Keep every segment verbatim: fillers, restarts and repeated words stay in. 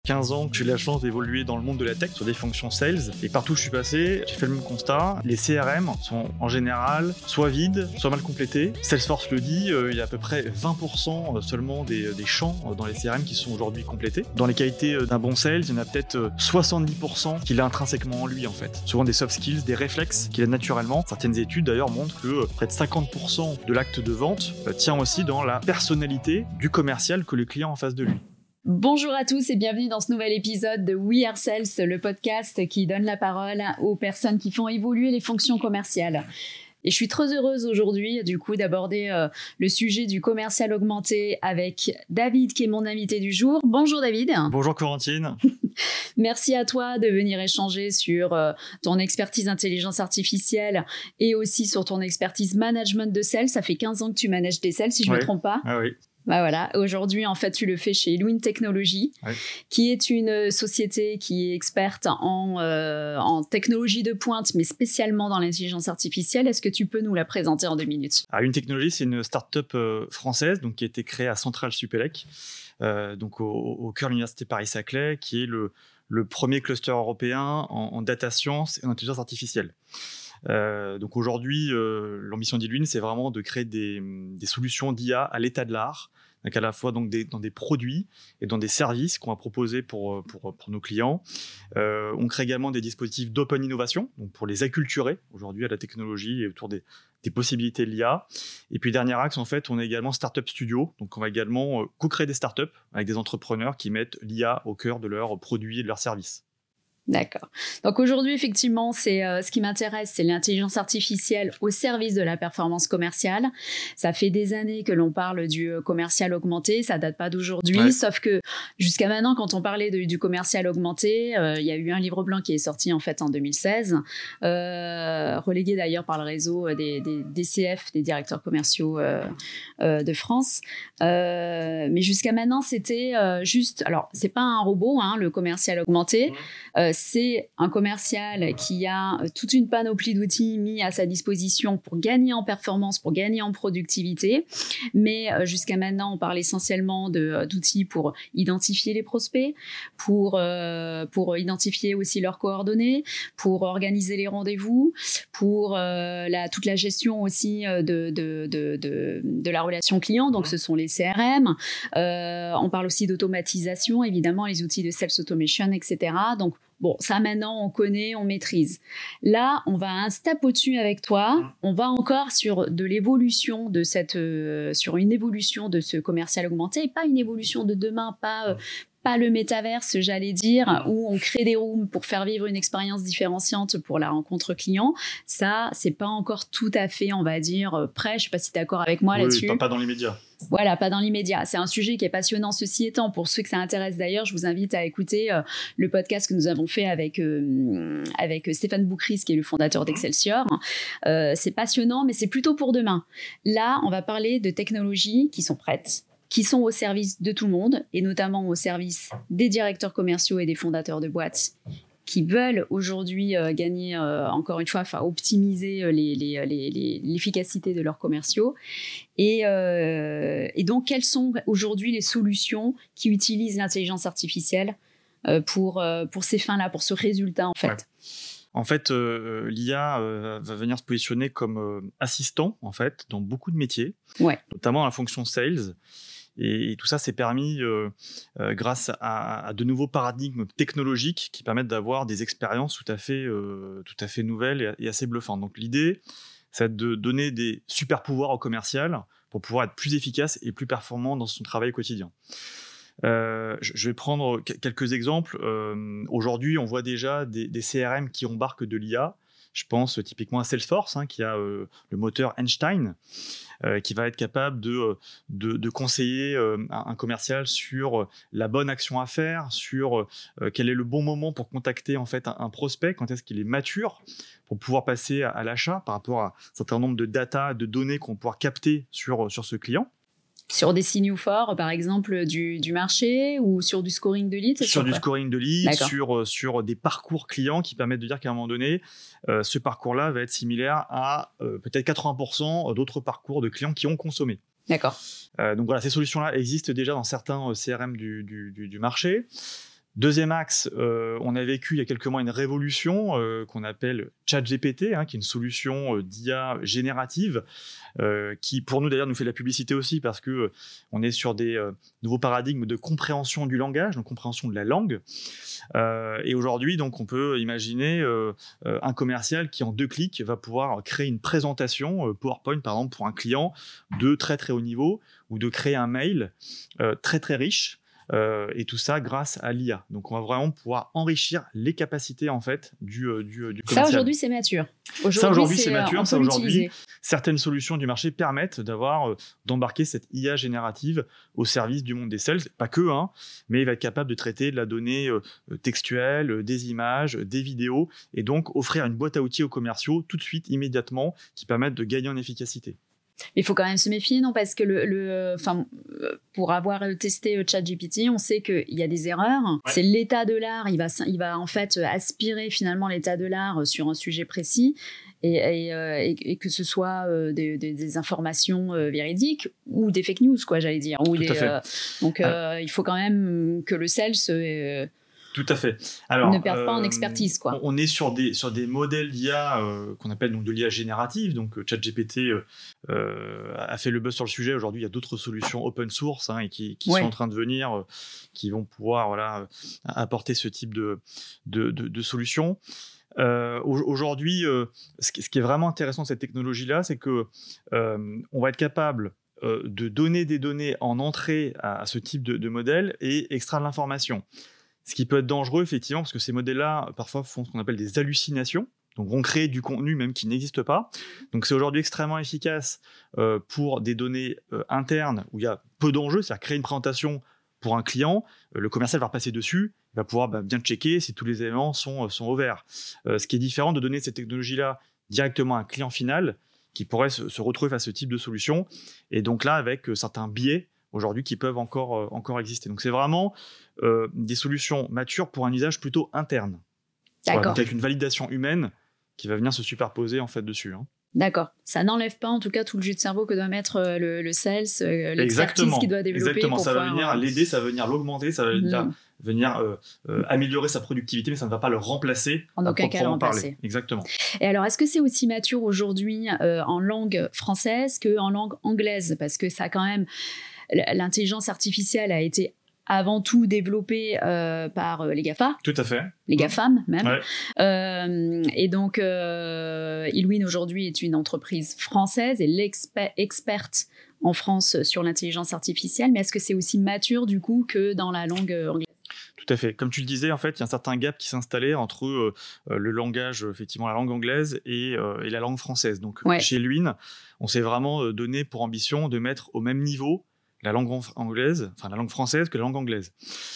quinze ans que j'ai eu la chance d'évoluer dans le monde de la tech sur des fonctions sales et partout où je suis passé, j'ai fait le même constat. Les C R M sont en général soit vides, soit mal complétés. Salesforce le dit, euh, il y a à peu près vingt pour cent seulement des, des champs dans les C R M qui sont aujourd'hui complétés. Dans les qualités d'un bon sales, il y en a peut-être soixante-dix pour cent qu'il a intrinsèquement en lui en fait. Souvent des soft skills, des réflexes qu'il a naturellement. Certaines études d'ailleurs montrent que près de cinquante pour cent de l'acte de vente tient aussi dans la personnalité du commercial que le client a en face de lui. Bonjour à tous et bienvenue dans ce nouvel épisode de We Are Sales, le podcast qui donne la parole aux personnes qui font évoluer les fonctions commerciales. Et je suis très heureuse aujourd'hui, du coup, d'aborder euh, le sujet du commercial augmenté avec David, qui est mon invité du jour. Bonjour David. Bonjour Corentine. Merci à toi de venir échanger sur euh, ton expertise intelligence artificielle et aussi sur ton expertise management de sales. Ça fait quinze ans que tu manages des sales, si je ne oui. me trompe pas. Ah oui. Bah voilà, aujourd'hui en fait tu le fais chez Louin Technologies, oui. qui est une société qui est experte en, euh, en technologie de pointe, mais spécialement dans l'intelligence artificielle. Est-ce que tu peux nous la présenter en deux minutes ? Alors, Louin Technologies, c'est une start-up euh, française donc, qui a été créée à Centrale Supélec, euh, donc au, au cœur de l'université Paris-Saclay, qui est le, le premier cluster européen en, en data science et en intelligence artificielle. Euh, donc aujourd'hui, euh, l'ambition d'Iluin, c'est vraiment de créer des, des solutions d'I A à l'état de l'art, donc à la fois donc des, dans des produits et dans des services qu'on va proposer pour, pour, pour nos clients. Euh, on crée également des dispositifs d'open innovation, donc pour les acculturer aujourd'hui à la technologie et autour des, des possibilités de l'I A. Et puis dernier axe, en fait, on est également Startup Studio, donc on va également co-créer des startups avec des entrepreneurs qui mettent l'I A au cœur de leurs produits et de leurs services. D'accord. Donc aujourd'hui, effectivement, c'est euh, ce qui m'intéresse, c'est l'intelligence artificielle au service de la performance commerciale. Ça fait des années que l'on parle du euh, commercial augmenté, ça date pas d'aujourd'hui, ouais. Sauf que jusqu'à maintenant, quand on parlait de, du commercial augmenté, euh, il y a eu un livre blanc qui est sorti en fait en deux mille seize, euh, relégué d'ailleurs par le réseau des, des D C F, des directeurs commerciaux euh, euh, de France. Euh, mais jusqu'à maintenant, c'était euh, juste, alors c'est pas un robot, hein, le commercial augmenté. Euh, c'est un commercial qui a toute une panoplie d'outils mis à sa disposition pour gagner en performance, pour gagner en productivité. Mais jusqu'à maintenant, on parle essentiellement de, d'outils pour identifier les prospects, pour, euh, pour identifier aussi leurs coordonnées, pour organiser les rendez-vous, pour euh, la, toute la gestion aussi de, de, de, de, de la relation client. Donc, ce sont les C R M. Euh, on parle aussi d'automatisation, évidemment, les outils de sales automation, et cetera. Donc, bon, ça maintenant, on connaît, on maîtrise. Là, on va un step au-dessus avec toi. On va encore sur de l'évolution de cette, euh, sur une évolution de ce commercial augmenté, et pas une évolution de demain, pas, euh, pas le métaverse, j'allais dire, où on crée des rooms pour faire vivre une expérience différenciante pour la rencontre client. Ça, c'est pas encore tout à fait, on va dire, prêt. Je sais pas si tu es d'accord avec moi oui, là-dessus. Pas, pas dans l'immédiat. Voilà, pas dans l'immédiat. C'est un sujet qui est passionnant. Ceci étant, pour ceux que ça intéresse d'ailleurs, je vous invite à écouter euh, le podcast que nous avons fait avec, euh, avec Stéphane Boucris, qui est le fondateur d'Excelsior. Euh, c'est passionnant, mais c'est plutôt pour demain. Là, on va parler de technologies qui sont prêtes, qui sont au service de tout le monde, et notamment au service des directeurs commerciaux et des fondateurs de boîtes qui veulent aujourd'hui euh, gagner, euh, encore une fois, enfin optimiser euh, les, les, les, les, l'efficacité de leurs commerciaux. Et, euh, et donc, quelles sont aujourd'hui les solutions qui utilisent l'intelligence artificielle euh, pour, euh, pour ces fins-là, pour ce résultat, en fait ? Ouais. En fait, euh, l'I A euh, va venir se positionner comme euh, assistant, en fait, dans beaucoup de métiers, ouais. notamment dans la fonction sales. Et, et tout ça s'est permis euh, euh, grâce à, à de nouveaux paradigmes technologiques qui permettent d'avoir des expériences tout à fait, euh, tout à fait nouvelles et, et assez bluffantes. Donc l'idée, c'est de donner des super pouvoirs au commercial pour pouvoir être plus efficace et plus performant dans son travail quotidien. Euh, je vais prendre quelques exemples. Euh, aujourd'hui, on voit déjà des, des C R M qui embarquent de l'I A. Je pense typiquement à Salesforce, hein, qui a euh, le moteur Einstein, euh, qui va être capable de, de, de conseiller euh, un commercial sur la bonne action à faire, sur euh, quel est le bon moment pour contacter en fait un, un prospect, quand est-ce qu'il est mature pour pouvoir passer à, à l'achat par rapport à un certain nombre de data, de données qu'on va pouvoir capter sur, sur ce client. Sur des signaux forts, par exemple, du, du marché ou sur du scoring de lead? Sur du scoring de lead, sur, sur des parcours clients qui permettent de dire qu'à un moment donné, euh, ce parcours-là va être similaire à euh, peut-être quatre-vingts pour cent d'autres parcours de clients qui ont consommé. D'accord. Euh, donc voilà, ces solutions-là existent déjà dans certains C R M du, du, du, du marché. Deuxième axe, euh, on a vécu il y a quelques mois une révolution euh, qu'on appelle ChatGPT, hein, qui est une solution euh, d'I A générative, euh, qui pour nous d'ailleurs nous fait de la publicité aussi parce que euh, on est sur des euh, nouveaux paradigmes de compréhension du langage, donc compréhension de la langue. Euh, et aujourd'hui, donc, on peut imaginer euh, euh, un commercial qui en deux clics va pouvoir créer une présentation euh, PowerPoint par exemple pour un client de très très haut niveau ou de créer un mail euh, très très riche. Euh, et tout ça grâce à l'I A. Donc, on va vraiment pouvoir enrichir les capacités en fait du, euh, du, du commercial. Ça, aujourd'hui, c'est mature. Aujourd'hui, ça, aujourd'hui, c'est, c'est mature. Euh, ça, aujourd'hui, certaines solutions du marché permettent d'avoir, euh, d'embarquer cette I A générative au service du monde des sales. Pas que, hein, mais il va être capable de traiter de la donnée euh, textuelle, euh, des images, euh, des vidéos, et donc offrir une boîte à outils aux commerciaux tout de suite, immédiatement, qui permettent de gagner en efficacité. Mais il faut quand même se méfier, non? Parce que le, le, enfin, pour avoir testé ChatGPT, on sait qu'il y a des erreurs. Ouais. C'est l'état de l'art. Il va, il va en fait aspirer finalement l'état de l'art sur un sujet précis. Et, et, et, et que ce soit des, des, des informations véridiques ou des fake news, quoi, j'allais dire. Ou des, euh, donc, euh, il faut quand même que le sales... Euh, Tout à fait. Alors, ne perdent pas euh, en expertise, quoi. On est sur des, sur des modèles d'I A euh, qu'on appelle donc de l'I A générative. Donc, ChatGPT euh, euh, a fait le buzz sur le sujet. Aujourd'hui, il y a d'autres solutions open source hein, et qui, qui ouais. sont en train de venir, euh, qui vont pouvoir voilà, apporter ce type de, de, de, de solutions. Euh, aujourd'hui, euh, ce, qui, ce qui est vraiment intéressant de cette technologie-là, c'est que euh, on va être capable euh, de donner des données en entrée à, à ce type de, de modèle et extraire de l'information. Ce qui peut être dangereux, effectivement, parce que ces modèles-là, parfois, font ce qu'on appelle des hallucinations. Donc, vont créer du contenu même qui n'existe pas. Donc, c'est aujourd'hui extrêmement efficace euh, pour des données euh, internes où il y a peu d'enjeux, c'est-à-dire créer une présentation pour un client. Euh, le commercial va repasser dessus, il va pouvoir bah, bien checker si tous les éléments sont, sont au vert. Euh, ce qui est différent de donner cette technologie-là directement à un client final qui pourrait se, se retrouver face à ce type de solution. Et donc là, avec euh, certains biais aujourd'hui qui peuvent encore, euh, encore exister. Donc, c'est vraiment euh, des solutions matures pour un usage plutôt interne. D'accord. Voilà, donc avec une validation humaine qui va venir se superposer en fait dessus. Hein. D'accord. Ça n'enlève pas en tout cas tout le jus de cerveau que doit mettre euh, le, le sales, euh, l'expertise qu'il doit développer. Exactement. Pour ça pouvoir, va venir euh... l'aider, ça va venir l'augmenter, ça va venir, mmh. venir euh, euh, améliorer sa productivité, mais ça ne va pas le remplacer. En aucun cas le remplacer. Exactement. Et alors, est-ce que c'est aussi mature aujourd'hui euh, en langue française qu'en langue anglaise? Parce que ça quand même... L'intelligence artificielle a été avant tout développée euh, par les GAFA. Tout à fait. Les GAFAM, même. Ouais. Euh, et donc, euh, Illwin, aujourd'hui, est une entreprise française et l'experte en France sur l'intelligence artificielle. Mais est-ce que c'est aussi mature, du coup, que dans la langue anglaise? Tout à fait. Comme tu le disais, en fait, il y a un certain gap qui s'installait entre euh, le langage, effectivement, la langue anglaise et, euh, et la langue française. Donc, ouais. Chez Illwin, on s'est vraiment donné pour ambition de mettre au même niveau la langue anglaise, enfin la langue française que la langue anglaise.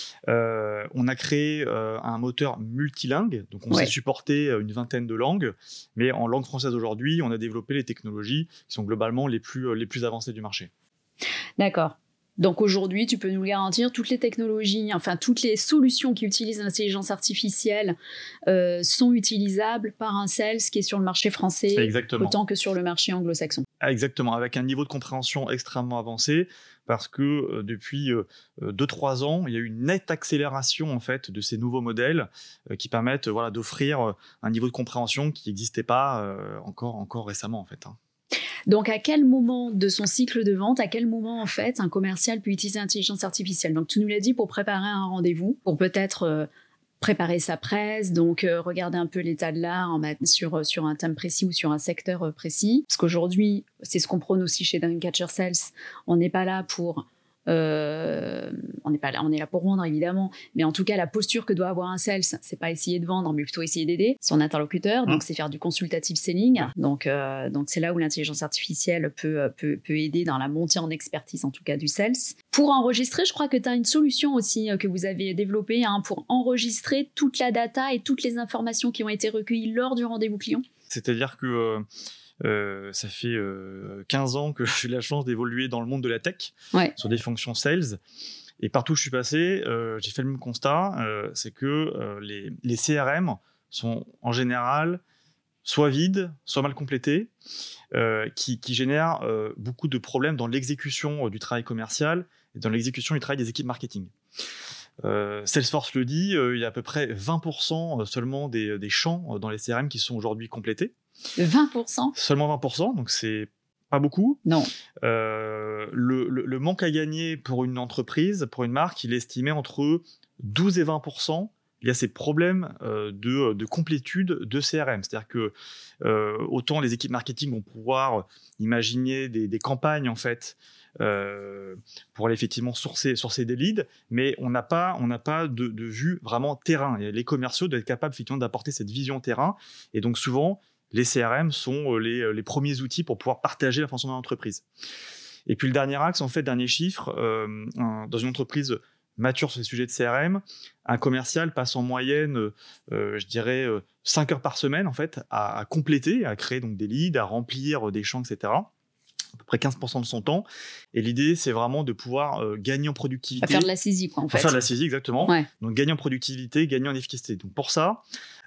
Euh, on a créé euh, un moteur multilingue, donc on ouais. sait supporter une vingtaine de langues, mais en langue française aujourd'hui, on a développé les technologies qui sont globalement les plus, les plus avancées du marché. D'accord. Donc aujourd'hui, tu peux nous garantir, toutes les technologies, enfin toutes les solutions qui utilisent l'intelligence artificielle euh, sont utilisables par un sales qui est sur le marché français Exactement. Autant que sur le marché anglo-saxon. Exactement, avec un niveau de compréhension extrêmement avancé, parce que euh, depuis deux à trois ans, il y a eu une nette accélération en fait, de ces nouveaux modèles euh, qui permettent euh, voilà, d'offrir euh, un niveau de compréhension qui n'existait pas euh, encore, encore récemment. En fait, hein. Donc, à quel moment de son cycle de vente, à quel moment, en fait, un commercial peut utiliser l'intelligence artificielle? Donc, tu nous l'as dit, pour préparer un rendez-vous, pour peut-être euh, préparer sa presse, donc euh, regarder un peu l'état de l'art en mat- sur, sur un thème précis ou sur un secteur euh, précis. Parce qu'aujourd'hui, c'est ce qu'on prône aussi chez Dreamcatcher Sales, on n'est pas là pour... Euh, on n'est pas là, on est là pour vendre évidemment, mais en tout cas la posture que doit avoir un sales, c'est pas essayer de vendre, mais plutôt essayer d'aider son interlocuteur. Donc mmh. c'est faire du consultative selling. Donc euh, donc c'est là où l'intelligence artificielle peut peut peut aider dans la montée en expertise en tout cas du sales. Pour enregistrer, je crois que tu as une solution aussi que vous avez développée hein, pour enregistrer toute la data et toutes les informations qui ont été recueillies lors du rendez-vous client. C'est-à-dire que euh... Euh, ça fait euh, quinze ans que j'ai la chance d'évoluer dans le monde de la tech, ouais. sur des fonctions sales. Et partout où je suis passé, euh, j'ai fait le même constat, euh, c'est que euh, les, les C R M sont en général soit vides, soit mal complétés, euh, qui, qui génèrent euh, beaucoup de problèmes dans l'exécution du travail commercial et dans l'exécution du travail des équipes marketing. Euh, Salesforce le dit, euh, il y a à peu près vingt pour cent seulement des, des champs dans les C R M qui sont aujourd'hui complétés. vingt pour cent Seulement vingt pour cent, donc c'est pas beaucoup. Non. Euh, le, le, le manque à gagner pour une entreprise, pour une marque, il est estimé entre douze et vingt pour cent. Il y a ces problèmes euh, de, de complétude de C R M. C'est-à-dire que euh, autant les équipes marketing vont pouvoir imaginer des, des campagnes en fait euh, pour aller effectivement sourcer, sourcer des leads, mais on n'a pas, on n'a pas de, de vue vraiment terrain. Et les commerciaux doivent être capables effectivement d'apporter cette vision terrain. Et donc souvent, les C R M sont les, les premiers outils pour pouvoir partager la fonction de l'entreprise. Et puis le dernier axe, en fait, dernier chiffre, euh, un, dans une entreprise mature sur les sujets de C R M, un commercial passe en moyenne, euh, je dirais, euh, cinq heures par semaine en fait, à, à compléter, à créer donc des leads, à remplir des champs, et cetera. À peu près quinze pour cent de son temps. Et l'idée, c'est vraiment de pouvoir euh, gagner en productivité. À faire de la saisie, quoi, en fait. À faire de la saisie, exactement. Ouais. Donc gagner en productivité, gagner en efficacité. Donc pour ça,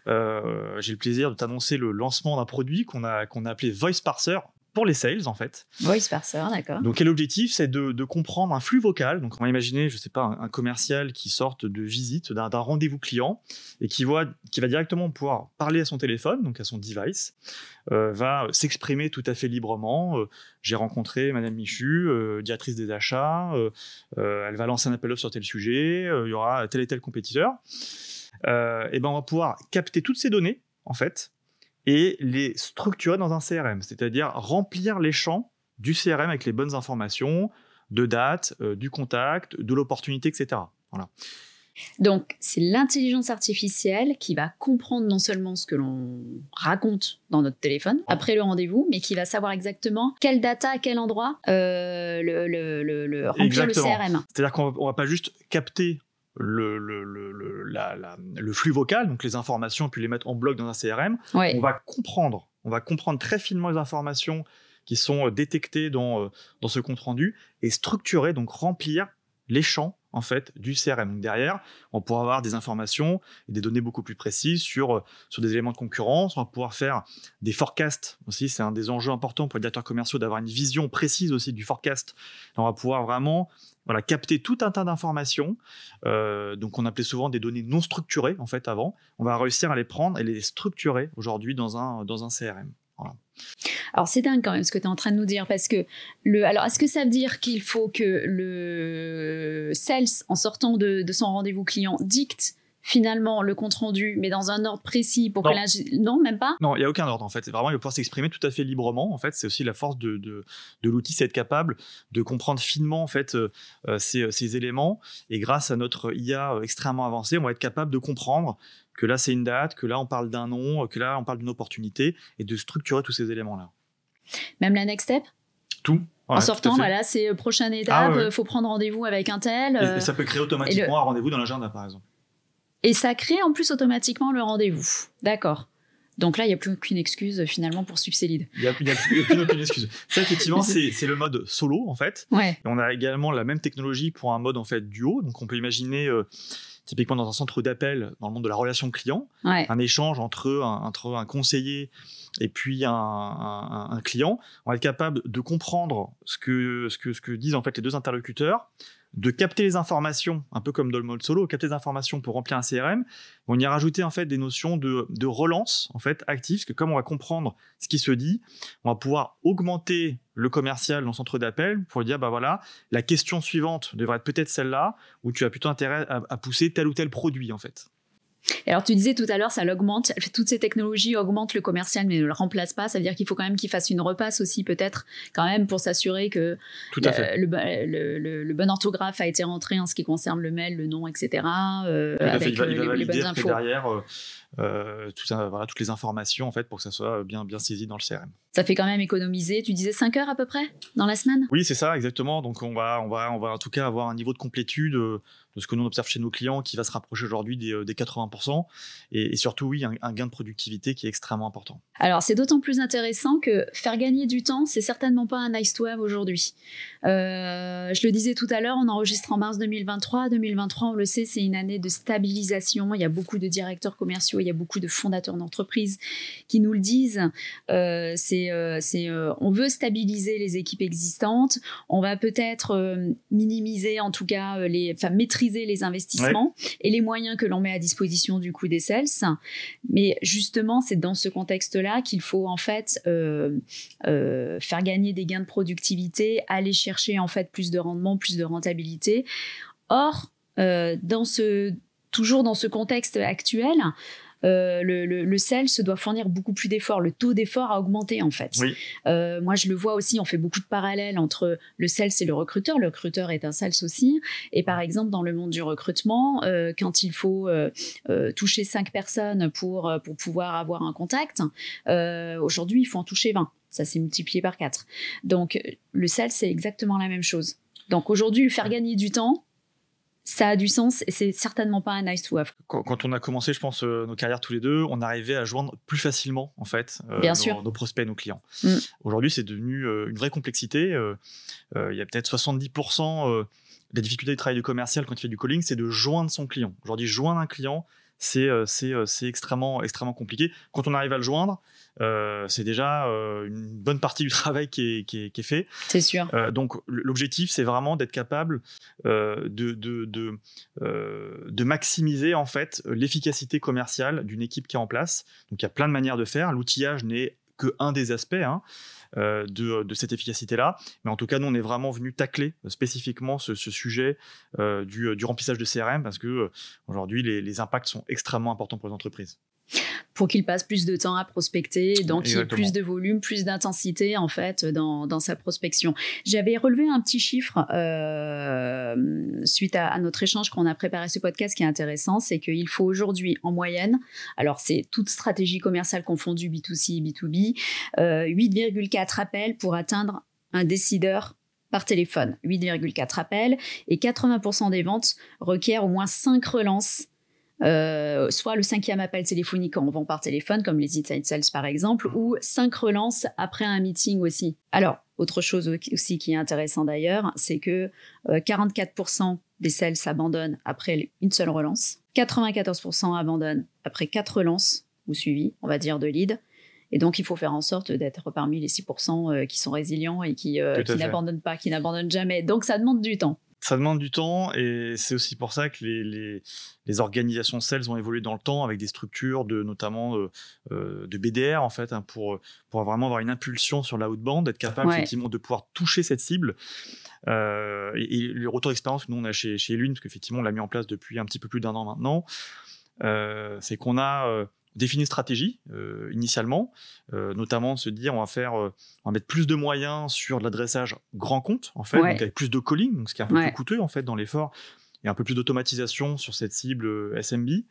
euh, j'ai le plaisir de t'annoncer le lancement d'un produit qu'on a, qu'on a appelé Voice Parser, pour les sales en fait. Voice Parser, d'accord. Donc quel objectif, c'est de, de comprendre un flux vocal. Donc on va imaginer, je sais pas, un, un commercial qui sorte de visite, d'un, d'un rendez-vous client et qui, voit, qui va directement pouvoir parler à son téléphone, donc à son device, euh, va s'exprimer tout à fait librement. Euh, j'ai rencontré Madame Michu, euh, directrice des achats, euh, euh, elle va lancer un appel d'offres sur tel sujet, euh, il y aura tel et tel compétiteur. Euh, et ben on va pouvoir capter toutes ces données en fait et les structurer dans un C R M, c'est-à-dire remplir les champs du C R M avec les bonnes informations, de date, euh, du contact, de l'opportunité, et cetera. Voilà. Donc, c'est l'intelligence artificielle qui va comprendre non seulement ce que l'on raconte dans notre téléphone après le rendez-vous, mais qui va savoir exactement quelle data, à quel endroit euh, le, le, le, le remplir exactement. Le C R M. C'est-à-dire qu'on ne va pas juste capter Le, le, le, la, la, le flux vocal, donc les informations, puis les mettre en bloc dans un C R M, ouais. on va comprendre, on va comprendre très finement les informations qui sont détectées dans, dans ce compte-rendu et structurer, donc remplir les champs en fait, du C R M. Donc derrière, on pourra avoir des informations et des données beaucoup plus précises sur, sur des éléments de concurrence. On va pouvoir faire des forecasts aussi. C'est un des enjeux importants pour les directeurs commerciaux d'avoir une vision précise aussi du forecast. On va pouvoir vraiment voilà, capter tout un tas d'informations. Euh, donc on appelait souvent des données non structurées en fait avant. On va réussir à les prendre et les structurer aujourd'hui dans un, dans un C R M. Voilà. Alors c'est dingue quand même ce que tu es en train de nous dire parce que le alors est-ce que ça veut dire qu'il faut que le sales en sortant de, de son rendez-vous client dicte finalement le compte rendu mais dans un ordre précis pour non. que là non même pas non il y a aucun ordre en fait c'est vraiment il va pouvoir s'exprimer tout à fait librement en fait c'est aussi la force de de, de l'outil c'est être capable de comprendre finement en fait euh, ces, ces éléments et grâce à notre I A extrêmement avancée on va être capable de comprendre que là c'est une date, que là on parle d'un nom, que là on parle d'une opportunité, et de structurer tous ces éléments-là. Même la next step ? Tout. Ouais, en sortant, voilà, c'est prochaine étape, il ah, ouais, ouais. faut prendre rendez-vous avec un tel. Et, euh, et ça peut créer automatiquement le... un rendez-vous dans l'agenda, par exemple. Et ça crée en plus automatiquement le rendez-vous. D'accord. Donc là, il n'y a plus aucune excuse finalement pour suivre ces leads. Il n'y a, a, a plus aucune excuse. Ça, effectivement, c'est, c'est le mode solo, en fait. Ouais. Et on a également la même technologie pour un mode en fait duo. Donc on peut imaginer... Euh, typiquement dans un centre d'appel, dans le monde de la relation client, ouais. un échange entre un, entre un conseiller et puis un, un, un client, on va être capable de comprendre ce que, ce, que, ce que disent en fait les deux interlocuteurs, de capter les informations, un peu comme dans le mode solo, capter les informations pour remplir un C R M. On y a rajouté en fait des notions de, de relance en fait active, parce que comme on va comprendre ce qui se dit, on va pouvoir augmenter le commercial dans le centre d'appel pour lui dire bah voilà, la question suivante devrait être peut-être celle-là, où tu as plutôt intérêt à, à pousser tel ou tel produit en fait. Et alors tu disais tout à l'heure, ça l'augmente, toutes ces technologies augmentent le commercial mais ne le remplacent pas, ça veut dire qu'il faut quand même qu'il fasse une repasse aussi peut-être quand même pour s'assurer que tout à fait. Le, le, le, le bon orthographe a été rentré en ce qui concerne le mail, le nom, et cetera. Euh, avec il va, il va les, les bonnes infos. Derrière, euh, euh, tout ça, voilà, toutes les informations en fait pour que ça soit bien, bien saisi dans le C R M. Ça fait quand même économiser, tu disais cinq heures à peu près dans la semaine ? Oui, c'est ça, exactement. Donc on va, on va, on va en tout cas avoir un niveau de complétude euh, de ce que nous on observe chez nos clients qui va se rapprocher aujourd'hui des, des quatre-vingts pour cent et, et surtout oui un, un gain de productivité qui est extrêmement important. Alors c'est d'autant plus intéressant que faire gagner du temps c'est certainement pas un nice to have aujourd'hui. Euh, je le disais tout à l'heure, on enregistre en mars deux mille vingt-trois. deux mille vingt-trois, on le sait, c'est une année de stabilisation. Il y a beaucoup de directeurs commerciaux, il y a beaucoup de fondateurs d'entreprises qui nous le disent. Euh, c'est, euh, c'est, euh, on veut stabiliser les équipes existantes. On va peut-être euh, minimiser, en tout cas, les, enfin maîtriser maîtriser les investissements ouais. et les moyens que l'on met à disposition du coup des sales. Mais justement, c'est dans ce contexte-là qu'il faut en fait euh, euh, faire gagner des gains de productivité, aller chercher en fait plus de rendement, plus de rentabilité. Or, euh, dans ce, toujours dans ce contexte actuel, Euh, le, le, le sales doit fournir beaucoup plus d'efforts. Le taux d'effort a augmenté en fait. Oui. Euh, moi, je le vois aussi, on fait beaucoup de parallèles entre le sales et le recruteur. Le recruteur est un sales aussi. Et par exemple, dans le monde du recrutement, euh, quand il faut euh, euh, toucher cinq personnes pour, pour pouvoir avoir un contact, euh, aujourd'hui, il faut en toucher vingt. Ça s'est multiplié par quatre. Donc, le sales, c'est exactement la même chose. Donc, aujourd'hui, lui faire gagner du temps, ça a du sens et c'est certainement pas un nice to have. Quand, quand on a commencé, je pense, euh, nos carrières tous les deux, on arrivait à joindre plus facilement, en fait, euh, Bien nos, sûr. nos prospects, nos clients. Mm. Aujourd'hui, c'est devenu euh, une vraie complexité. Il euh, euh, y a peut-être soixante-dix pour cent euh, des difficultés du travail du commercial quand il fait du calling, c'est de joindre son client. Aujourd'hui, joindre un client, c'est, euh, c'est, euh, c'est extrêmement, extrêmement compliqué. Quand on arrive à le joindre, Euh, c'est déjà euh, une bonne partie du travail qui est, qui est, qui est fait. C'est sûr. Euh, donc l'objectif, c'est vraiment d'être capable euh, de, de, de, euh, de maximiser en fait l'efficacité commerciale d'une équipe qui est en place. Donc il y a plein de manières de faire. L'outillage n'est que un des aspects hein, euh, de, de cette efficacité-là. Mais en tout cas, nous, on est vraiment venu tacler euh, spécifiquement ce, ce sujet euh, du, du remplissage de C R M parce que euh, aujourd'hui, les, les impacts sont extrêmement importants pour les entreprises. Pour qu'ils passent plus de temps à prospecter, donc qu'il y ait plus de volume, plus d'intensité en fait dans, dans sa prospection. J'avais relevé un petit chiffre euh, suite à, à notre échange qu'on a préparé ce podcast qui est intéressant, c'est qu'il faut aujourd'hui en moyenne, alors c'est toute stratégie commerciale confondue B deux C et B deux B, euh, huit virgule quatre appels pour atteindre un décideur par téléphone. huit virgule quatre appels et quatre-vingts pour cent des ventes requièrent au moins cinq relances. Euh, soit le cinquième appel téléphonique quand on vend par téléphone, comme les inside sales par exemple, ou cinq relances après un meeting aussi. Alors, autre chose aussi qui est intéressant d'ailleurs, c'est que euh, quarante-quatre pour cent des sales abandonnent après une seule relance, quatre-vingt-quatorze pour cent abandonnent après quatre relances ou suivis, on va dire, de lead. Et donc, il faut faire en sorte d'être parmi les six pour cent euh, qui sont résilients et qui, euh, qui n'abandonnent pas, qui n'abandonnent jamais. Donc, ça demande du temps. Ça demande du temps et c'est aussi pour ça que les, les, les organisations sales ont évolué dans le temps avec des structures de, notamment euh, de B D R en fait, hein, pour, pour vraiment avoir une impulsion sur la outbound, être capable ouais. effectivement de pouvoir toucher cette cible. Euh, et, et le retour d'expérience que nous on a chez, chez Elune, parce qu'effectivement on l'a mis en place depuis un petit peu plus d'un an maintenant, euh, c'est qu'on a... Euh, définir une stratégie euh, initialement, euh, notamment se dire on va faire, euh, on va mettre plus de moyens sur l'adressage grand compte en fait, ouais. donc avec plus de calling, donc ce qui est un peu ouais. plus coûteux en fait dans l'effort, et un peu plus d'automatisation sur cette cible S M B.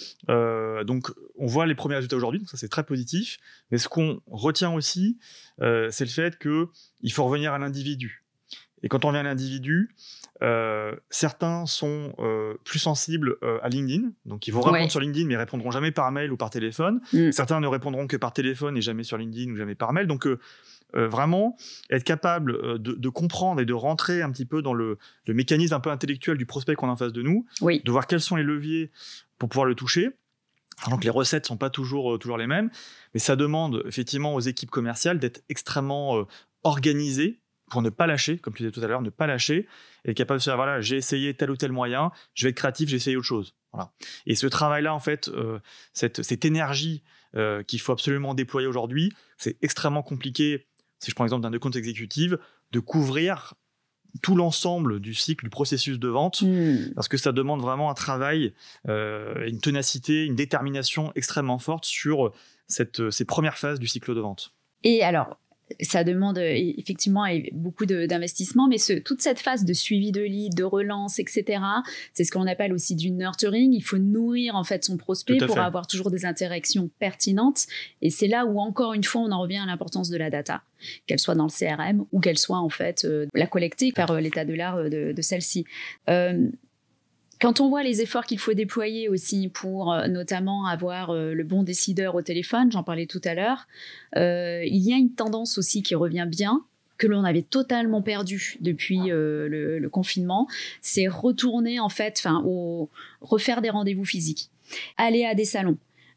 Euh, donc on voit les premiers résultats aujourd'hui, donc ça c'est très positif. Mais ce qu'on retient aussi, euh, c'est le fait que il faut revenir à l'individu. Et quand on revient à l'individu, euh, certains sont euh, plus sensibles euh, à LinkedIn, donc ils vont répondre ouais. sur LinkedIn, mais ils répondront jamais par mail ou par téléphone. Mm. Certains ne répondront que par téléphone et jamais sur LinkedIn ou jamais par mail. Donc euh, euh, vraiment, être capable euh, de, de comprendre et de rentrer un petit peu dans le, le mécanisme un peu intellectuel du prospect qu'on a en face de nous, oui. de voir quels sont les leviers pour pouvoir le toucher. Donc les recettes sont pas toujours, euh, toujours les mêmes, mais ça demande effectivement aux équipes commerciales d'être extrêmement euh, organisées, pour ne pas lâcher, comme tu disais tout à l'heure, ne pas lâcher, et être capable de se dire, voilà, j'ai essayé tel ou tel moyen, je vais être créatif, j'ai essayé autre chose. Voilà. Et ce travail-là, en fait, euh, cette, cette énergie euh, qu'il faut absolument déployer aujourd'hui, c'est extrêmement compliqué, si je prends l'exemple d'un de compte exécutif, de couvrir tout l'ensemble du cycle, du processus de vente, mmh. parce que ça demande vraiment un travail, euh, une ténacité, une détermination extrêmement forte sur cette, ces premières phases du cycle de vente. Et alors, ça demande effectivement beaucoup de, d'investissement, mais ce, toute cette phase de suivi de lead, de relance, et cetera, c'est ce qu'on appelle aussi du nurturing. Il faut nourrir en fait son prospect pour fait. avoir toujours des interactions pertinentes. Et c'est là où, encore une fois, on en revient à l'importance de la data, qu'elle soit dans le C R M ou qu'elle soit en fait euh, la collecter par euh, l'état de l'art de, de celle-ci. Euh, Quand on voit les efforts qu'il faut déployer aussi pour euh, notamment avoir euh, le bon décideur au téléphone, j'en parlais tout à l'heure, euh, il y a une tendance aussi qui revient bien, que l'on avait totalement perdu depuis euh, le, le confinement, c'est retourner en fait, enfin, au, refaire des rendez-vous physiques, aller à des salons.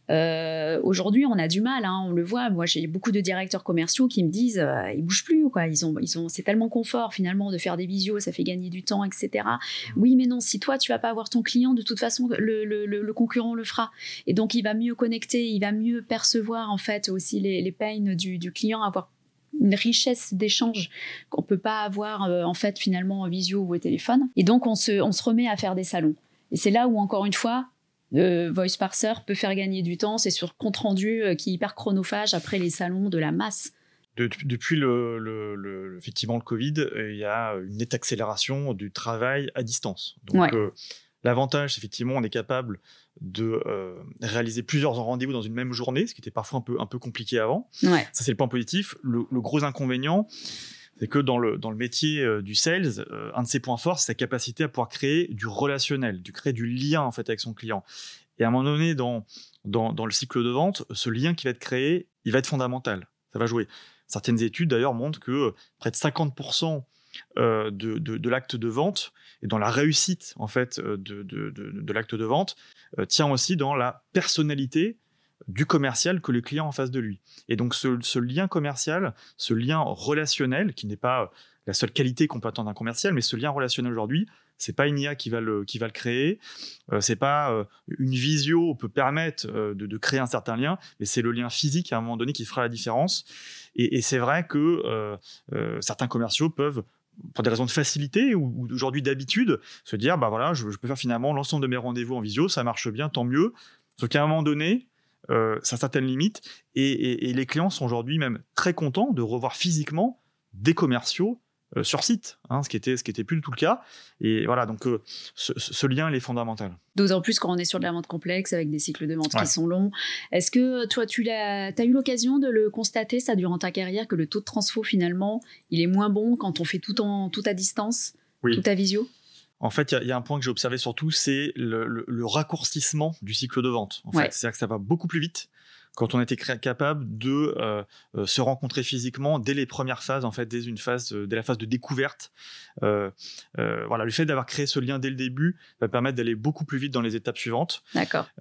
Euh, aujourd'hui, on a du mal, hein, on le voit. Moi, j'ai beaucoup de directeurs commerciaux qui me disent euh, ils bougent plus, quoi. Ils ont, ils ont, c'est tellement confort finalement de faire des visios, ça fait gagner du temps, et cetera. Oui, mais non, si toi tu vas pas avoir ton client, de toute façon, le, le, le, le concurrent le fera. Et donc, il va mieux connecter, il va mieux percevoir en fait aussi les, les peines du, du client, avoir une richesse d'échange qu'on peut pas avoir euh, en fait finalement en visio ou au téléphone. Et donc, on se, on se remet à faire des salons. Et c'est là où encore une fois, le voice parser peut faire gagner du temps. C'est sur compte rendu euh, qui est hyper chronophage après les salons de la masse. De, depuis le, le, le, effectivement le Covid, il y a une nette accélération du travail à distance. Donc, ouais. euh, l'avantage, effectivement, on est capable de euh, réaliser plusieurs rendez-vous dans une même journée, ce qui était parfois un peu, un peu compliqué avant. Ouais. Ça, c'est le point positif. Le, le gros inconvénient, c'est que dans le, dans le métier euh, du sales, euh, un de ses points forts, c'est sa capacité à pouvoir créer du relationnel, de créer du lien en fait, avec son client. Et à un moment donné, dans, dans, dans le cycle de vente, ce lien qui va être créé, il va être fondamental. Ça va jouer. Certaines études, d'ailleurs, montrent que près de cinquante pour cent euh, de, de, de l'acte de vente et dans la réussite en fait, de, de, de, de l'acte de vente euh, tient aussi dans la personnalité du commercial que le client en face de lui. Et donc ce, ce lien commercial, ce lien relationnel, qui n'est pas la seule qualité qu'on peut attendre d'un commercial, mais ce lien relationnel aujourd'hui, c'est pas une I A qui va le, qui va le créer, euh, c'est pas euh, une visio peut permettre euh, de, de créer un certain lien, mais c'est le lien physique à un moment donné qui fera la différence. Et, et c'est vrai que euh, euh, certains commerciaux peuvent, pour des raisons de facilité ou, ou aujourd'hui d'habitude, se dire bah voilà, je, je peux faire finalement l'ensemble de mes rendez-vous en visio, ça marche bien, tant mieux. Sauf qu'à un moment donné, Euh, ça a certaines limites et, et, et les clients sont aujourd'hui même très contents de revoir physiquement des commerciaux euh, sur site, hein, ce qui était ce qui était plus du tout le cas. Et voilà, donc euh, ce, ce lien il est fondamental. D'autant plus quand on est sur de la vente complexe avec des cycles de vente ouais. qui sont longs. Est-ce que toi tu l'as, as eu l'occasion de le constater ça durant ta carrière que le taux de transfo finalement il est moins bon quand on fait tout en tout à distance, oui. tout à visio? En fait, il y, y a un point que j'ai observé surtout, c'est le, le, le raccourcissement du cycle de vente. En ouais. fait. C'est-à-dire que ça va beaucoup plus vite quand on était capable de euh, euh, se rencontrer physiquement dès les premières phases, en fait, dès une phase, euh, dès la phase de découverte. Euh, euh, voilà, le fait d'avoir créé ce lien dès le début va permettre d'aller beaucoup plus vite dans les étapes suivantes. D'accord.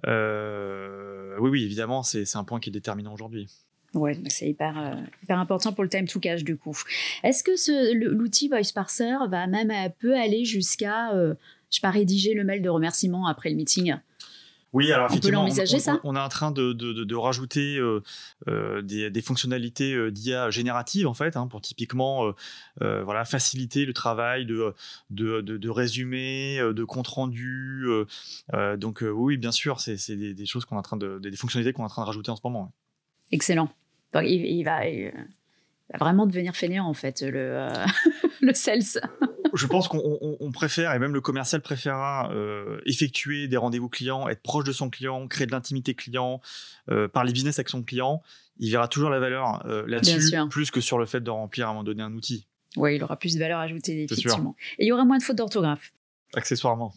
Euh, oui, oui, évidemment, c'est, c'est un point qui est déterminant aujourd'hui. Ouais, c'est hyper, euh, hyper important pour le time to cash du coup. Est-ce que ce, le, l'outil Voice Parser va même euh, peut aller jusqu'à, euh, je sais pas, rédiger le mail de remerciement après le meeting? Oui, alors on effectivement, peut l'envisager, on, ça on, on est en train de, de, de, de rajouter euh, euh, des, des fonctionnalités euh, d'I A générative en fait, hein, pour typiquement euh, euh, voilà, faciliter le travail de, de, de, de résumé, de compte rendu. Euh, euh, donc euh, oui, bien sûr, c'est, c'est des, des choses qu'on est en train de, des fonctionnalités qu'on est en train de rajouter en ce moment. Ouais. Excellent. Donc, il, il, va, il va vraiment devenir fainéant en fait, le, euh, le sales. Je pense qu'on on, on préfère, et même le commercial préférera euh, effectuer des rendez-vous clients, être proche de son client, créer de l'intimité client, euh, parler business avec son client. Il verra toujours la valeur euh, là-dessus, plus que sur le fait de remplir à un moment donné un outil. Oui, il aura plus de valeur ajoutée, effectivement. Et il y aura moins de fautes d'orthographe. Accessoirement.